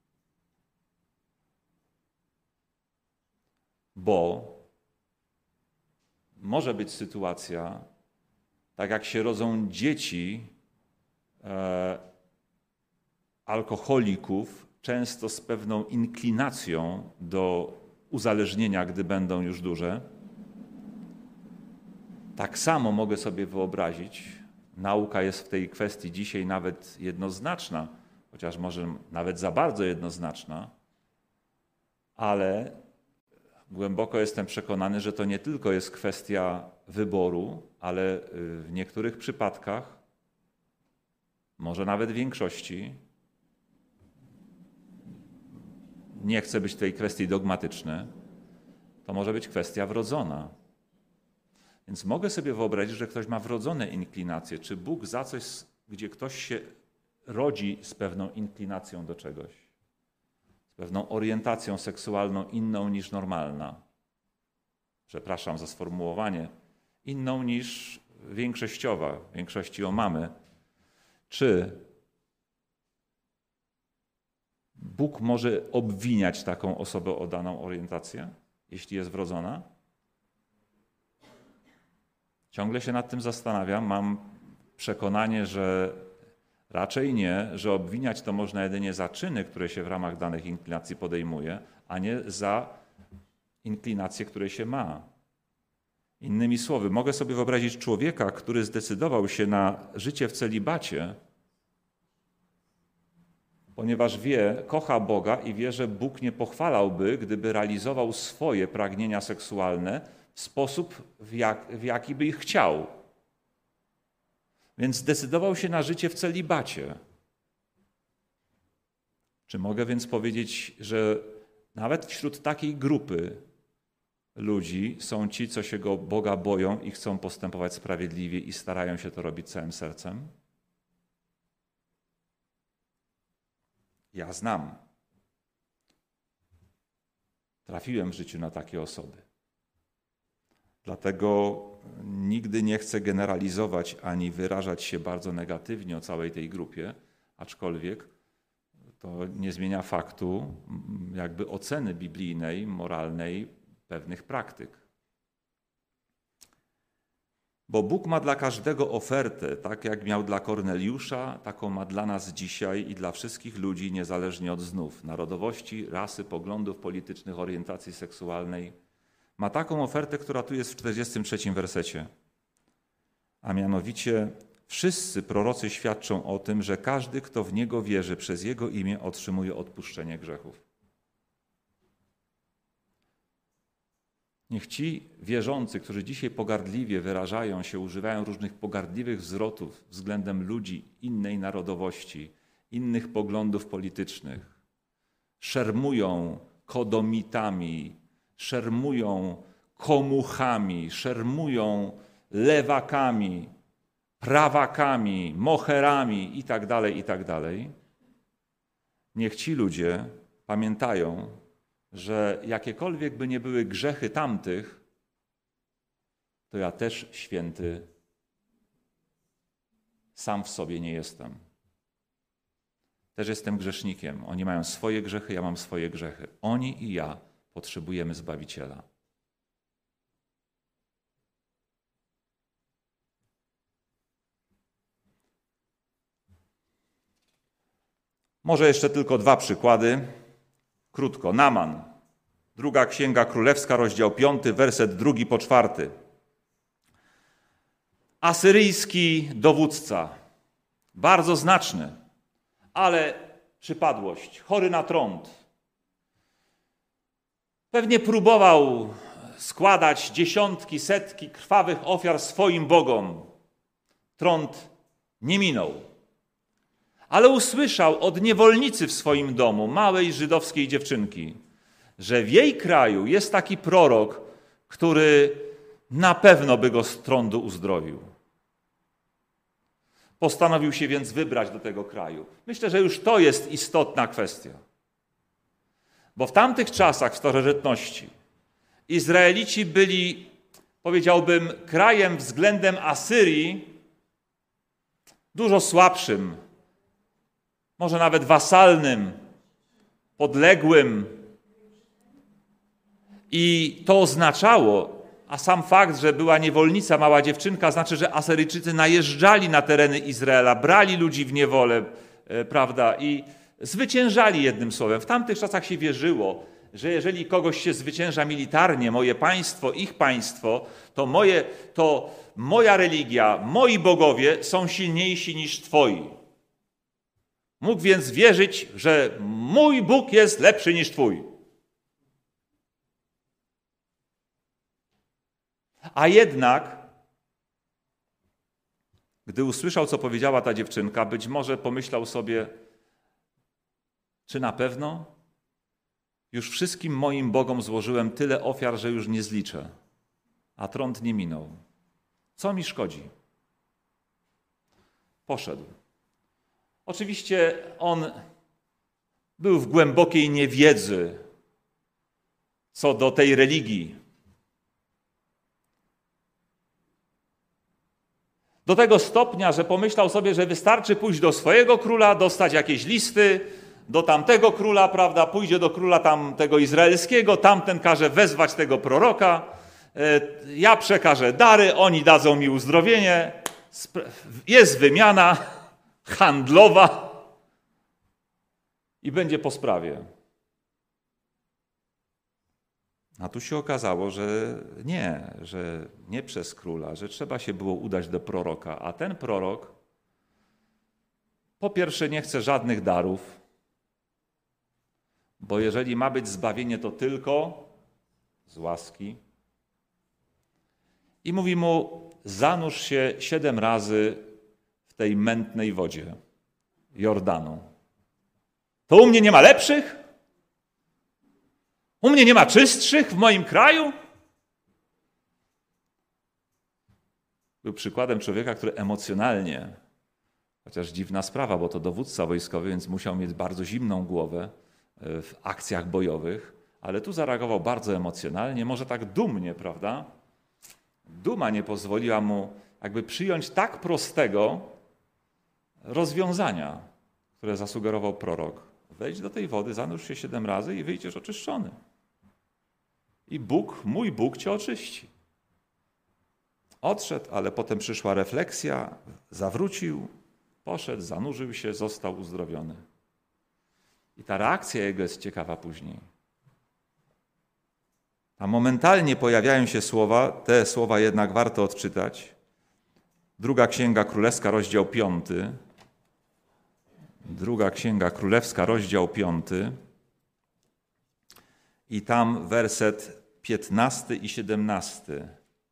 Bo może być sytuacja, tak jak się rodzą dzieci alkoholików, często z pewną inklinacją do uzależnienia, gdy będą już duże. Tak samo mogę sobie wyobrazić, nauka jest w tej kwestii dzisiaj nawet jednoznaczna, chociaż może nawet za bardzo jednoznaczna, ale głęboko jestem przekonany, że to nie tylko jest kwestia wyboru, ale w niektórych przypadkach, może nawet w większości, nie chcę być w tej kwestii dogmatyczny, to może być kwestia wrodzona. Więc mogę sobie wyobrazić, że ktoś ma wrodzone inklinacje. Czy Bóg za coś, gdzie ktoś się rodzi z pewną inklinacją do czegoś, z pewną orientacją seksualną inną niż normalna, przepraszam za sformułowanie, inną niż większościowa, w większości ją mamy. Czy Bóg może obwiniać taką osobę o daną orientację, jeśli jest wrodzona? Ciągle się nad tym zastanawiam. Mam przekonanie, że raczej nie, że obwiniać to można jedynie za czyny, które się w ramach danych inklinacji podejmuje, a nie za inklinacje, które się ma. Innymi słowy, mogę sobie wyobrazić człowieka, który zdecydował się na życie w celibacie, ponieważ kocha Boga i wie, że Bóg nie pochwalałby, gdyby realizował swoje pragnienia seksualne w sposób, w jaki by ich chciał. Więc zdecydował się na życie w celibacie. Czy mogę więc powiedzieć, że nawet wśród takiej grupy ludzi są ci, co się Boga boją i chcą postępować sprawiedliwie i starają się to robić całym sercem? Ja znam. Trafiłem w życiu na takie osoby. Dlatego nigdy nie chcę generalizować ani wyrażać się bardzo negatywnie o całej tej grupie, aczkolwiek to nie zmienia faktu jakby oceny biblijnej, moralnej pewnych praktyk. Bo Bóg ma dla każdego ofertę, tak jak miał dla Korneliusza, taką ma dla nas dzisiaj i dla wszystkich ludzi, niezależnie od znów narodowości, rasy, poglądów politycznych, orientacji seksualnej. Ma taką ofertę, która tu jest w 43 wersecie. A mianowicie wszyscy prorocy świadczą o tym, że każdy, kto w Niego wierzy, przez Jego imię otrzymuje odpuszczenie grzechów. Niech ci wierzący, którzy dzisiaj pogardliwie wyrażają się, używają różnych pogardliwych zwrotów względem ludzi innej narodowości, innych poglądów politycznych, szermują kodomitami, szermują komuchami, szermują lewakami, prawakami, moherami itd., itd. Niech ci ludzie pamiętają, że jakiekolwiek by nie były grzechy tamtych, to ja też święty sam w sobie nie jestem. Też jestem grzesznikiem. Oni mają swoje grzechy, ja mam swoje grzechy. Oni i ja potrzebujemy Zbawiciela. Może jeszcze tylko 2 przykłady. Krótko. Naaman. 2 Księga Królewska, rozdział 5, werset 2 po 4. Asyryjski dowódca. Bardzo znaczny, ale przypadłość. Chory na trąd. Pewnie próbował składać dziesiątki, setki krwawych ofiar swoim bogom. Trąd nie minął. Ale usłyszał od niewolnicy w swoim domu, małej żydowskiej dziewczynki, że w jej kraju jest taki prorok, który na pewno by go z trądu uzdrowił. Postanowił się więc wybrać do tego kraju. Myślę, że już to jest istotna kwestia. Bo w tamtych czasach, w starożytności, Izraelici byli, powiedziałbym, krajem względem Asyrii dużo słabszym, może nawet wasalnym, podległym. I to oznaczało, a sam fakt, że była niewolnica, mała dziewczynka, znaczy, że Asyryjczycy najeżdżali na tereny Izraela, brali ludzi w niewolę, prawda, i zwyciężali jednym słowem. W tamtych czasach się wierzyło, że jeżeli kogoś się zwycięża militarnie, moje państwo, ich państwo, to moja religia, moi bogowie są silniejsi niż twoi. Mógł więc wierzyć, że mój Bóg jest lepszy niż twój. A jednak, gdy usłyszał, co powiedziała ta dziewczynka, być może pomyślał sobie, czy na pewno? Już wszystkim moim bogom złożyłem tyle ofiar, że już nie zliczę, a trąd nie minął. Co mi szkodzi? Poszedł. Oczywiście on był w głębokiej niewiedzy co do tej religii. Do tego stopnia, że pomyślał sobie, że wystarczy pójść do swojego króla, dostać jakieś listy, do tamtego króla, prawda, pójdzie do króla tamtego izraelskiego, tamten każe wezwać tego proroka, ja przekażę dary, oni dadzą mi uzdrowienie, jest wymiana handlowa i będzie po sprawie. A tu się okazało, że nie przez króla, że trzeba się było udać do proroka, a ten prorok po pierwsze nie chce żadnych darów, bo jeżeli ma być zbawienie, to tylko z łaski. I mówi mu, zanurz się 7 razy w tej mętnej wodzie Jordanu. To u mnie nie ma lepszych? U mnie nie ma czystszych w moim kraju? Był przykładem człowieka, który emocjonalnie, chociaż dziwna sprawa, bo to dowódca wojskowy, więc musiał mieć bardzo zimną głowę w akcjach bojowych, ale tu zareagował bardzo emocjonalnie, może tak dumnie, prawda? Duma nie pozwoliła mu jakby przyjąć tak prostego rozwiązania, które zasugerował prorok. Wejdź do tej wody, zanurz się 7 razy i wyjdziesz oczyszczony. I Bóg, mój Bóg cię oczyści. Odszedł, ale potem przyszła refleksja, zawrócił, poszedł, zanurzył się, został uzdrowiony. I ta reakcja jego jest ciekawa później. A momentalnie pojawiają się słowa, te słowa jednak warto odczytać. Druga Księga Królewska, rozdział 5. Druga Księga Królewska, rozdział 5. I tam werset 15 i 17.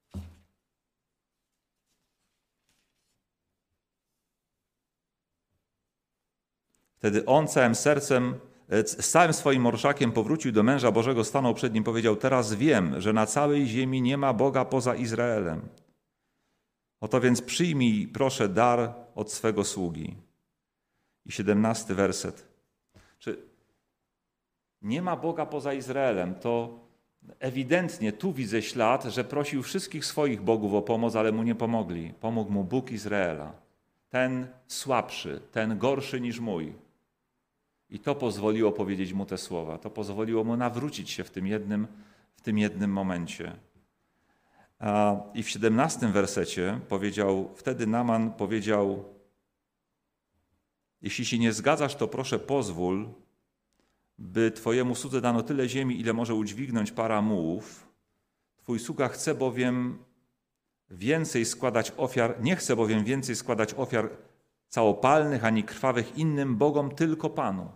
Wtedy on całym sercem, z całym swoim orszakiem powrócił do męża Bożego, stanął przed nim, powiedział: teraz wiem, że na całej ziemi nie ma Boga poza Izraelem. Oto więc przyjmij, proszę, dar od swego sługi. I 17 werset. Czy nie ma Boga poza Izraelem? To ewidentnie tu widzę ślad, że prosił wszystkich swoich bogów o pomoc, ale mu nie pomogli. Pomógł mu Bóg Izraela. Ten słabszy, ten gorszy niż mój. I to pozwoliło powiedzieć mu te słowa. To pozwoliło mu nawrócić się w tym jednym momencie. I w 17 wersecie powiedział, wtedy Naaman powiedział: jeśli się nie zgadzasz, to proszę pozwól, by twojemu słudze dano tyle ziemi, ile może udźwignąć para mułów. Twój sługa chce bowiem więcej składać ofiar, nie chce bowiem więcej składać ofiar całopalnych ani krwawych innym bogom, tylko Panu.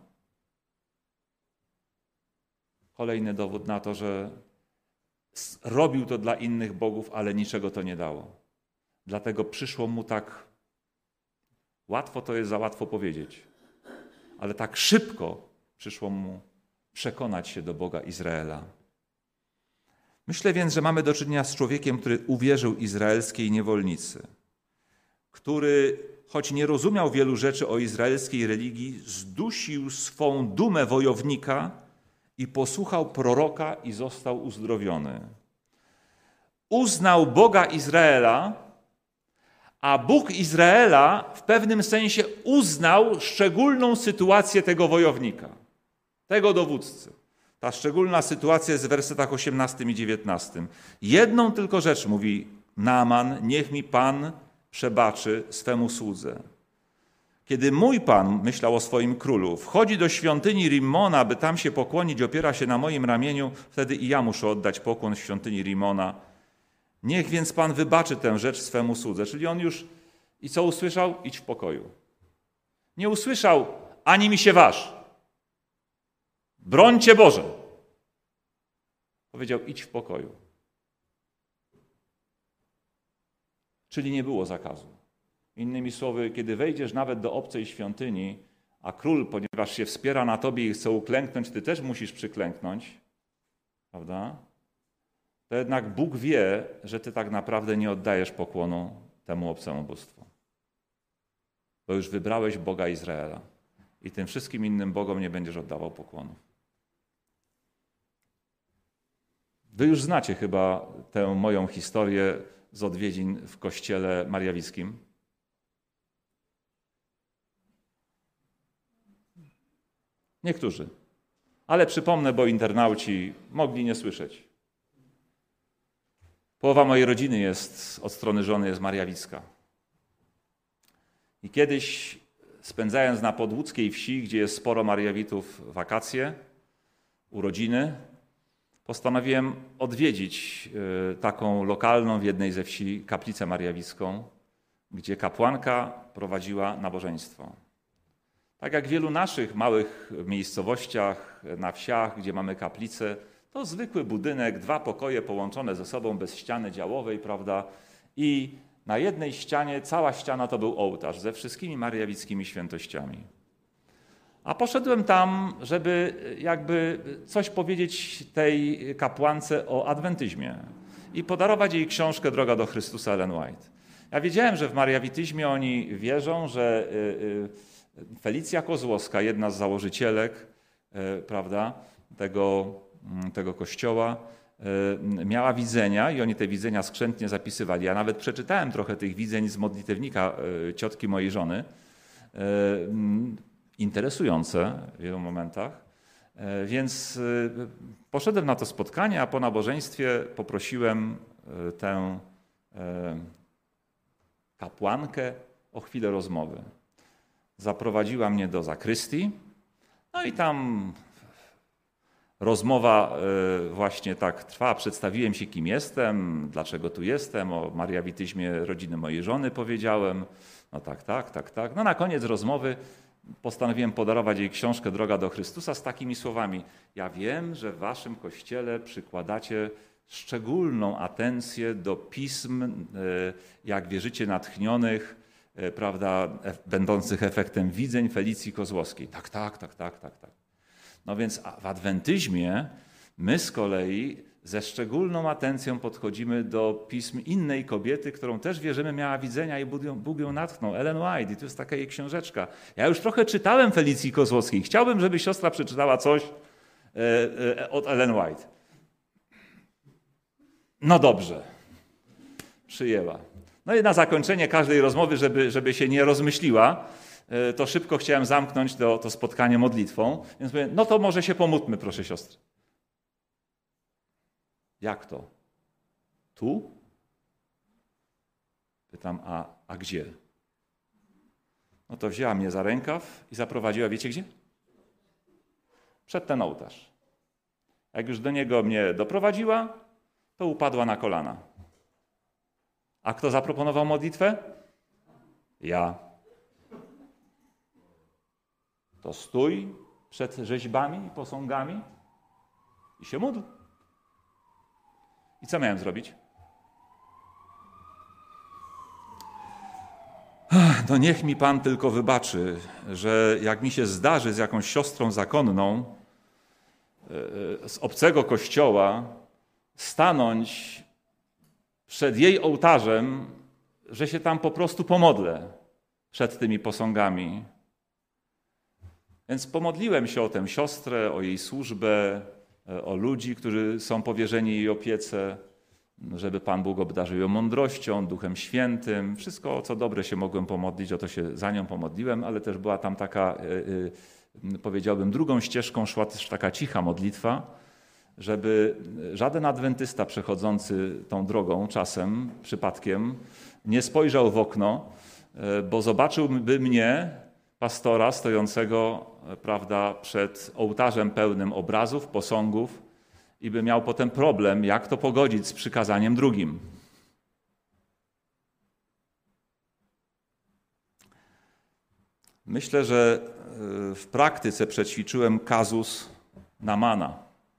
Kolejny dowód na to, że robił to dla innych bogów, ale niczego to nie dało. Dlatego przyszło mu tak, łatwo to jest za łatwo powiedzieć, ale tak szybko przyszło mu przekonać się do Boga Izraela. Myślę więc, że mamy do czynienia z człowiekiem, który uwierzył izraelskiej niewolnicy, który, choć nie rozumiał wielu rzeczy o izraelskiej religii, zdusił swą dumę wojownika i posłuchał proroka i został uzdrowiony. Uznał Boga Izraela, a Bóg Izraela w pewnym sensie uznał szczególną sytuację tego wojownika, tego dowódcy. Ta szczególna sytuacja jest w wersetach 18 i 19. Jedną tylko rzecz mówi Naaman: niech mi Pan przebaczy swemu słudze. Kiedy mój Pan, myślał o swoim królu, wchodzi do świątyni Rimmona, by tam się pokłonić, opiera się na moim ramieniu, wtedy i ja muszę oddać pokłon w świątyni Rimmona. Niech więc Pan wybaczy tę rzecz swemu słudze. Czyli on już, i co usłyszał? Idź w pokoju. Nie usłyszał: ani mi się waż. Brońcie Boże. Powiedział: idź w pokoju. Czyli nie było zakazu. Innymi słowy, kiedy wejdziesz nawet do obcej świątyni, a król, ponieważ się wspiera na tobie i chce uklęknąć, ty też musisz przyklęknąć, prawda? To jednak Bóg wie, że ty tak naprawdę nie oddajesz pokłonu temu obcemu bóstwu. Bo już wybrałeś Boga Izraela i tym wszystkim innym bogom nie będziesz oddawał pokłonu. Wy już znacie chyba tę moją historię z odwiedzin w kościele mariawickim? Niektórzy. Ale przypomnę, bo internauci mogli nie słyszeć. Połowa mojej rodziny jest, od strony żony jest mariawicka. I kiedyś, spędzając na podłódzkiej wsi, gdzie jest sporo mariawitów, wakacje, urodziny, postanowiłem odwiedzić taką lokalną w jednej ze wsi kaplicę mariawicką, gdzie kapłanka prowadziła nabożeństwo. Tak jak w wielu naszych małych miejscowościach, na wsiach, gdzie mamy kaplice, to zwykły budynek, 2 pokoje połączone ze sobą bez ściany działowej, prawda? I na jednej ścianie, cała ściana to był ołtarz ze wszystkimi mariawickimi świętościami. A poszedłem tam, żeby jakby coś powiedzieć tej kapłance o adwentyzmie i podarować jej książkę Droga do Chrystusa Ellen White. Ja wiedziałem, że w mariawityzmie oni wierzą, że Felicja Kozłowska, jedna z założycielek, prawda, tego kościoła, miała widzenia i oni te widzenia skrzętnie zapisywali. Ja nawet przeczytałem trochę tych widzeń z modlitewnika ciotki mojej żony. Interesujące w wielu momentach. Więc poszedłem na to spotkanie, a po nabożeństwie poprosiłem tę kapłankę o chwilę rozmowy. Zaprowadziła mnie do zakrystii, no i tam rozmowa właśnie tak trwała. Przedstawiłem się, kim jestem, dlaczego tu jestem, o mariawityzmie rodziny mojej żony powiedziałem. No tak. No na koniec rozmowy postanowiłem podarować jej książkę Droga do Chrystusa z takimi słowami. Ja wiem, że w waszym kościele przykładacie szczególną atencję do pism, jak wierzycie, natchnionych, prawda, będących efektem widzeń Felicji Kozłowskiej. Tak. No więc w adwentyzmie my z kolei ze szczególną atencją podchodzimy do pism innej kobiety, którą też wierzymy miała widzenia i Bóg ją natchnął, Ellen White. I tu jest taka jej książeczka. Ja już trochę czytałem Felicji Kozłowskiej. Chciałbym, żeby siostra przeczytała coś od Ellen White. No dobrze. Przyjęła. No i na zakończenie każdej rozmowy, żeby się nie rozmyśliła, to szybko chciałem zamknąć to spotkanie modlitwą. Więc mówię, no to może się pomódlmy, proszę siostry. Jak to? Tu? Pytam, a gdzie? No to wzięła mnie za rękaw i zaprowadziła, wiecie gdzie? Przed ten ołtarz. Jak już do niego mnie doprowadziła, to upadła na kolana. A kto zaproponował modlitwę? Ja. To stój przed rzeźbami i posągami i się módl. I co miałem zrobić? No niech mi Pan tylko wybaczy, że jak mi się zdarzy z jakąś siostrą zakonną z obcego kościoła stanąć przed jej ołtarzem, że się tam po prostu pomodlę przed tymi posągami. Więc pomodliłem się o tę siostrę, o jej służbę, o ludzi, którzy są powierzeni jej opiece, żeby Pan Bóg obdarzył ją mądrością, Duchem Świętym. Wszystko, o co dobre się mogłem pomodlić, o to się za nią pomodliłem, ale też była tam taka, powiedziałbym, drugą ścieżką szła też taka cicha modlitwa, żeby żaden adwentysta przechodzący tą drogą czasem, przypadkiem, nie spojrzał w okno, bo zobaczyłby mnie, pastora stojącego, prawda, przed ołtarzem pełnym obrazów, posągów i by miał potem problem, jak to pogodzić z przykazaniem drugim. Myślę, że w praktyce przećwiczyłem kazus Naamana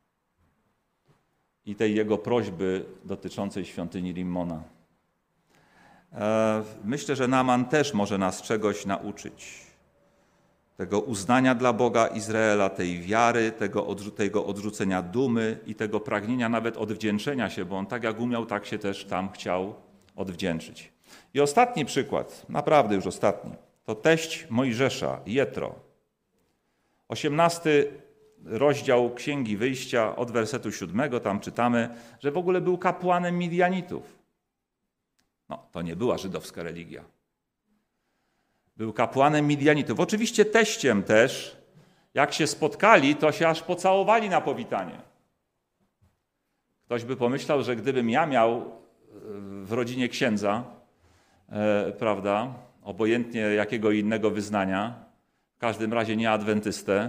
i tej jego prośby dotyczącej świątyni Rimmona. Myślę, że Naaman też może nas czegoś nauczyć. Tego uznania dla Boga Izraela, tej wiary, tego odrzucenia dumy i tego pragnienia nawet odwdzięczenia się, bo on tak jak umiał, tak się też tam chciał odwdzięczyć. I ostatni przykład, naprawdę już ostatni, to teść Mojżesza, Jetro. 18 rozdział Księgi Wyjścia od wersetu 7, tam czytamy, że w ogóle był kapłanem Midianitów. No, to nie była żydowska religia. Był kapłanem Midianitów. Oczywiście teściem też. Jak się spotkali, to się aż pocałowali na powitanie. Ktoś by pomyślał, że gdybym ja miał w rodzinie księdza, prawda, obojętnie jakiego innego wyznania, w każdym razie nie adwentystę,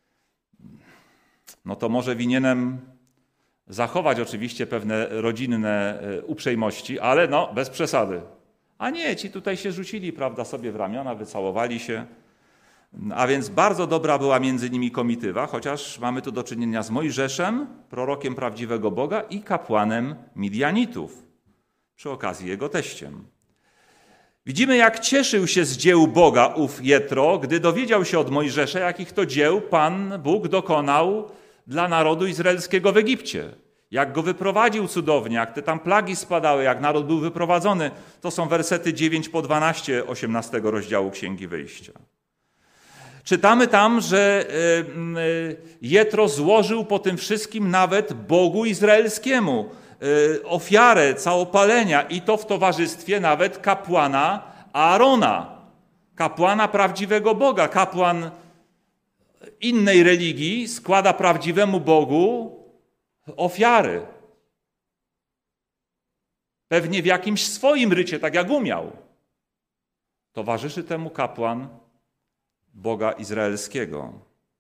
no to może winienem zachować oczywiście pewne rodzinne uprzejmości, ale no bez przesady. A nie, ci tutaj się rzucili, prawda, sobie w ramiona, wycałowali się. A więc bardzo dobra była między nimi komitywa, chociaż mamy tu do czynienia z Mojżeszem, prorokiem prawdziwego Boga i kapłanem Midianitów, przy okazji jego teściem. Widzimy, jak cieszył się z dzieł Boga ów Jetro, gdy dowiedział się od Mojżesza, jakich to dzieł Pan Bóg dokonał dla narodu izraelskiego w Egipcie. Jak go wyprowadził cudownie, jak te tam plagi spadały, jak naród był wyprowadzony. To są wersety 9 po 12 18 rozdziału Księgi Wyjścia. Czytamy tam, że Jetro złożył po tym wszystkim nawet Bogu izraelskiemu ofiarę całopalenia i to w towarzystwie nawet kapłana Aarona, kapłana prawdziwego Boga. Kapłan innej religii składa prawdziwemu Bogu ofiary. Pewnie w jakimś swoim rycie, tak jak umiał. Towarzyszy temu kapłan Boga izraelskiego.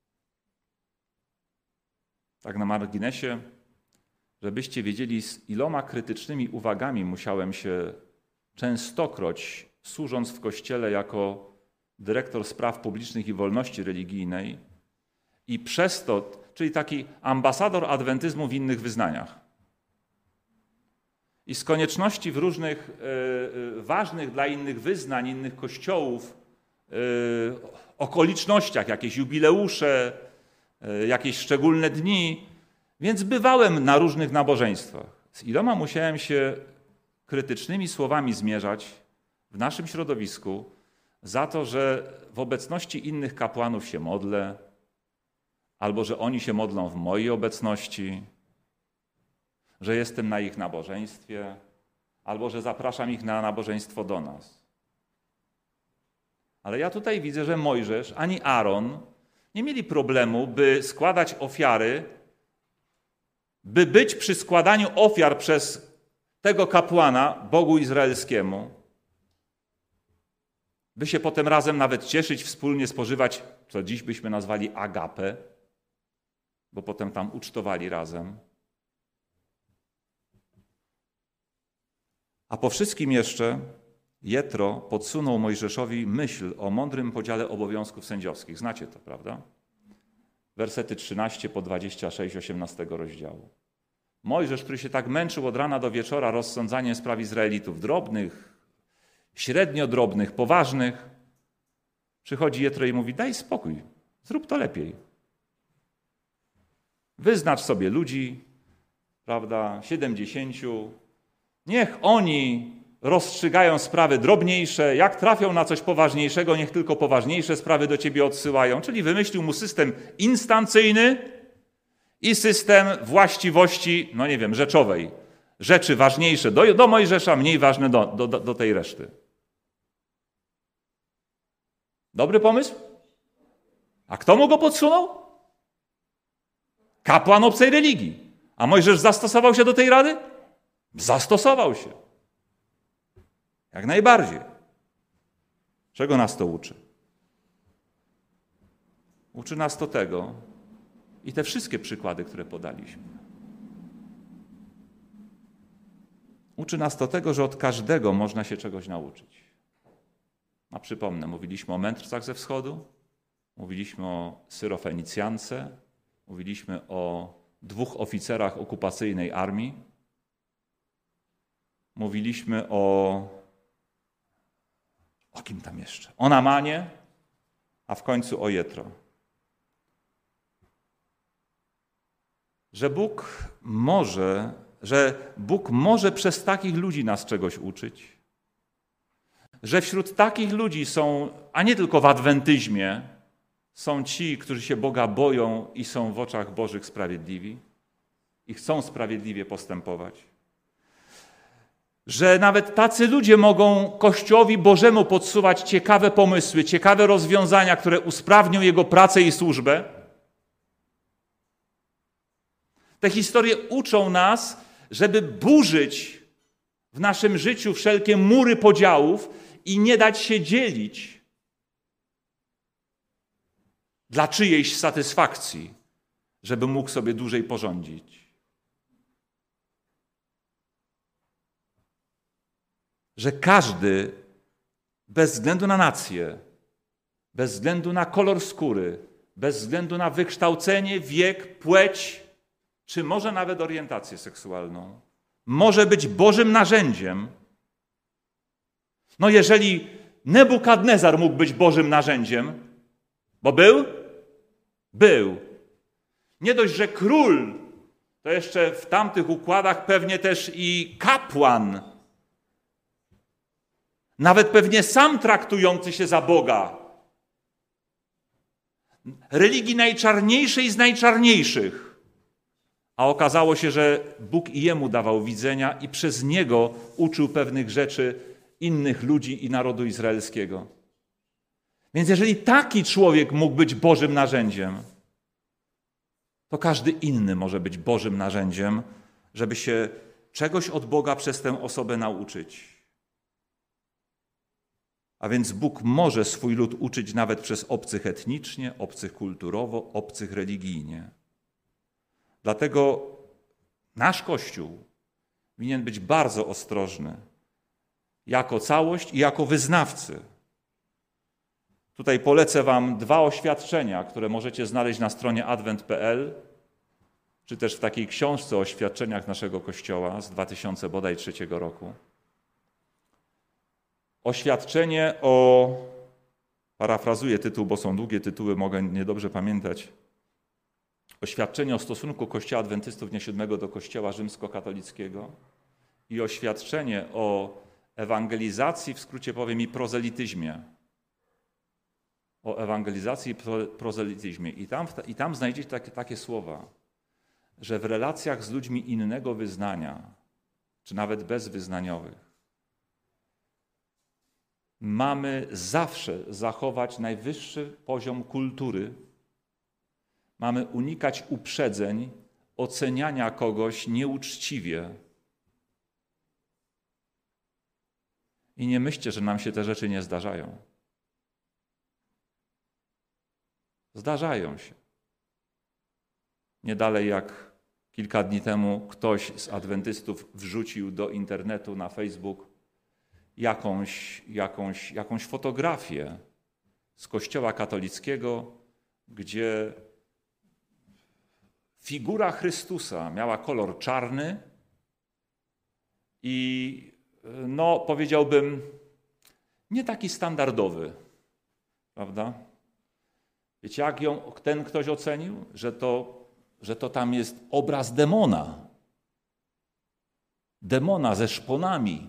Tak na marginesie, żebyście wiedzieli, z iloma krytycznymi uwagami musiałem się częstokroć, służąc w Kościele jako dyrektor spraw publicznych i wolności religijnej i przez to, czyli taki ambasador adwentyzmu w innych wyznaniach. I z konieczności w różnych ważnych dla innych wyznań, innych kościołów, okolicznościach, jakieś jubileusze, jakieś szczególne dni, więc bywałem na różnych nabożeństwach. Z iloma musiałem się krytycznymi słowami zmierzać w naszym środowisku za to, że w obecności innych kapłanów się modlę, albo że oni się modlą w mojej obecności, że jestem na ich nabożeństwie, albo że zapraszam ich na nabożeństwo do nas. Ale ja tutaj widzę, że Mojżesz ani Aaron nie mieli problemu, by składać ofiary, by być przy składaniu ofiar przez tego kapłana Bogu izraelskiemu, by się potem razem nawet cieszyć, wspólnie spożywać, co dziś byśmy nazwali agapę, bo potem tam ucztowali razem. A po wszystkim jeszcze Jetro podsunął Mojżeszowi myśl o mądrym podziale obowiązków sędziowskich. Znacie to, prawda? Wersety 13 po 26 18 rozdziału. Mojżesz, który się tak męczył od rana do wieczora rozsądzaniem spraw Izraelitów, drobnych, średnio drobnych, poważnych, przychodzi Jetro i mówi: daj spokój, zrób to lepiej. Wyznacz sobie ludzi, prawda, 70, niech oni rozstrzygają sprawy drobniejsze, jak trafią na coś poważniejszego, niech tylko poważniejsze sprawy do ciebie odsyłają. Czyli wymyślił mu system instancyjny i system właściwości, no nie wiem, rzeczowej. Rzeczy ważniejsze do Mojżesza, mniej ważne do tej reszty. Dobry pomysł? A kto mu go podsunął? Kapłan obcej religii. A Mojżesz zastosował się do tej rady? Zastosował się. Jak najbardziej. Czego nas to uczy? Uczy nas to tego i te wszystkie przykłady, które podaliśmy. Uczy nas to tego, że od każdego można się czegoś nauczyć. A przypomnę, mówiliśmy o mędrcach ze wschodu, mówiliśmy o Syrofenicjance, mówiliśmy o 2 oficerach okupacyjnej armii, mówiliśmy o kim tam jeszcze? O Namanie, a w końcu o Jetro. Że Bóg może przez takich ludzi nas czegoś uczyć. Że wśród takich ludzi są, a nie tylko w adwentyzmie, są ci, którzy się Boga boją i są w oczach Bożych sprawiedliwi i chcą sprawiedliwie postępować. że nawet tacy ludzie mogą Kościołowi Bożemu podsuwać ciekawe pomysły, ciekawe rozwiązania, które usprawnią jego pracę i służbę. Te historie uczą nas, żeby burzyć w naszym życiu wszelkie mury podziałów i nie dać się dzielić dla czyjejś satysfakcji, żeby mógł sobie dłużej porządzić. Że każdy, bez względu na nację, bez względu na kolor skóry, bez względu na wykształcenie, wiek, płeć, czy może nawet orientację seksualną, może być Bożym narzędziem. No jeżeli Nebukadnezar mógł być Bożym narzędziem, bo był? Był. Nie dość, że król, to jeszcze w tamtych układach pewnie też i kapłan, nawet pewnie sam traktujący się za Boga. Religii najczarniejszej z najczarniejszych. A okazało się, że Bóg i jemu dawał widzenia i przez niego uczył pewnych rzeczy innych ludzi i narodu izraelskiego. Więc jeżeli taki człowiek mógł być Bożym narzędziem, to każdy inny może być Bożym narzędziem, żeby się czegoś od Boga przez tę osobę nauczyć. A więc Bóg może swój lud uczyć nawet przez obcych etnicznie, obcych kulturowo, obcych religijnie. Dlatego nasz Kościół winien być bardzo ostrożny jako całość i jako wyznawcy. Tutaj polecę wam 2 oświadczenia, które możecie znaleźć na stronie advent.pl, czy też w takiej książce o oświadczeniach naszego Kościoła z 2003 roku. Oświadczenie parafrazuję tytuł, bo są długie tytuły, mogę niedobrze pamiętać. Oświadczenie o stosunku Kościoła Adwentystów Dnia Siódmego do Kościoła Rzymskokatolickiego i oświadczenie o ewangelizacji, w skrócie powiem, i prozelityzmie. O ewangelizacji i prozelityzmie. I tam znajdziecie takie słowa, że w relacjach z ludźmi innego wyznania, czy nawet bezwyznaniowych, mamy zawsze zachować najwyższy poziom kultury. Mamy unikać uprzedzeń, oceniania kogoś nieuczciwie. I nie myślcie, że nam się te rzeczy nie zdarzają. Zdarzają się. Nie dalej jak kilka dni ktoś z adwentystów wrzucił do internetu na Facebook jakąś fotografię z Kościoła katolickiego, gdzie figura Chrystusa miała kolor czarny i powiedziałbym nie taki standardowy, prawda? Wiecie, jak ją ten ktoś ocenił? Że to tam jest obraz demona. Demona ze szponami.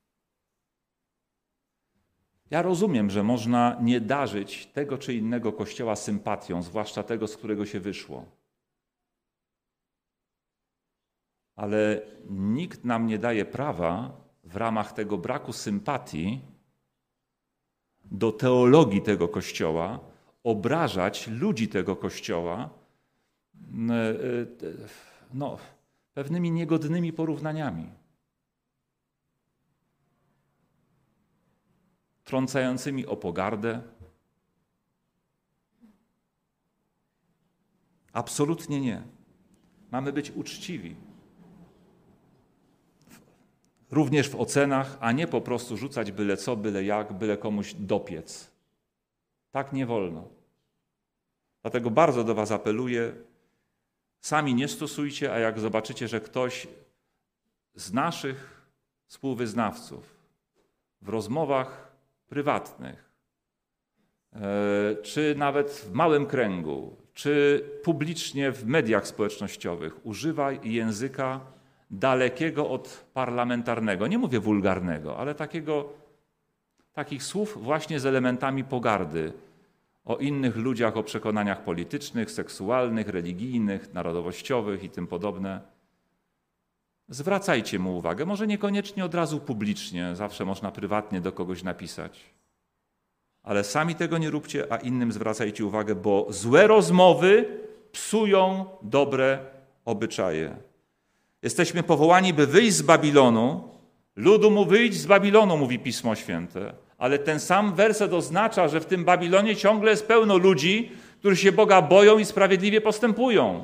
Ja rozumiem, że można nie darzyć tego czy innego kościoła sympatią, zwłaszcza tego, z którego się wyszło. Ale nikt nam nie daje prawa w ramach tego braku sympatii do teologii tego kościoła obrażać ludzi tego kościoła pewnymi niegodnymi porównaniami. Trącającymi o pogardę. Absolutnie nie. Mamy być uczciwi. Również w ocenach, a nie po prostu rzucać byle co, byle jak, byle komuś dopiec. Tak nie wolno. Dlatego bardzo do was apeluję, sami nie stosujcie, a jak zobaczycie, że ktoś z naszych współwyznawców w rozmowach prywatnych, czy nawet w małym kręgu, czy publicznie w mediach społecznościowych używa języka dalekiego od parlamentarnego, nie mówię wulgarnego, ale takich słów właśnie z elementami pogardy o innych ludziach, o przekonaniach politycznych, seksualnych, religijnych, narodowościowych i tym podobne. zwracajcie mu uwagę. Może niekoniecznie od razu publicznie, zawsze można prywatnie do kogoś napisać. Ale sami tego nie róbcie, a innym zwracajcie uwagę, bo złe rozmowy psują dobre obyczaje. Jesteśmy powołani, by wyjść z Babilonu. Ludu mu wyjść z Babilonu, mówi Pismo Święte. Ale ten sam werset oznacza, że w tym Babilonie ciągle jest pełno ludzi, którzy się Boga boją i sprawiedliwie postępują.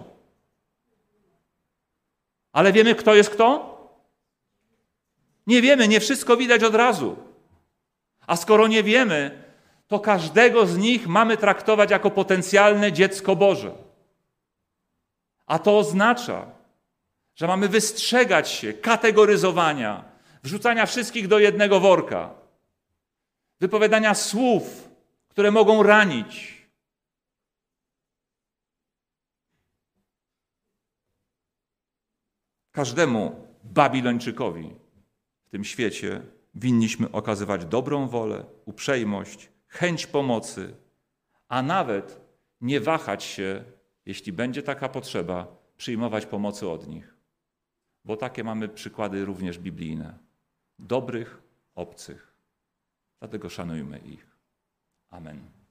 Ale wiemy, kto jest kto? Nie wiemy, nie wszystko widać od razu. A skoro nie wiemy, to każdego z nich mamy traktować jako potencjalne dziecko Boże. A to oznacza, że mamy wystrzegać się kategoryzowania, wrzucania wszystkich do jednego worka, wypowiadania słów, które mogą ranić. Każdemu Babilończykowi w tym świecie winniśmy okazywać dobrą wolę, uprzejmość, chęć pomocy, a nawet nie wahać się, jeśli będzie taka potrzeba, przyjmować pomocy od nich. Bo takie mamy przykłady również biblijne. Dobrych obcych. Dlatego szanujmy ich. Amen.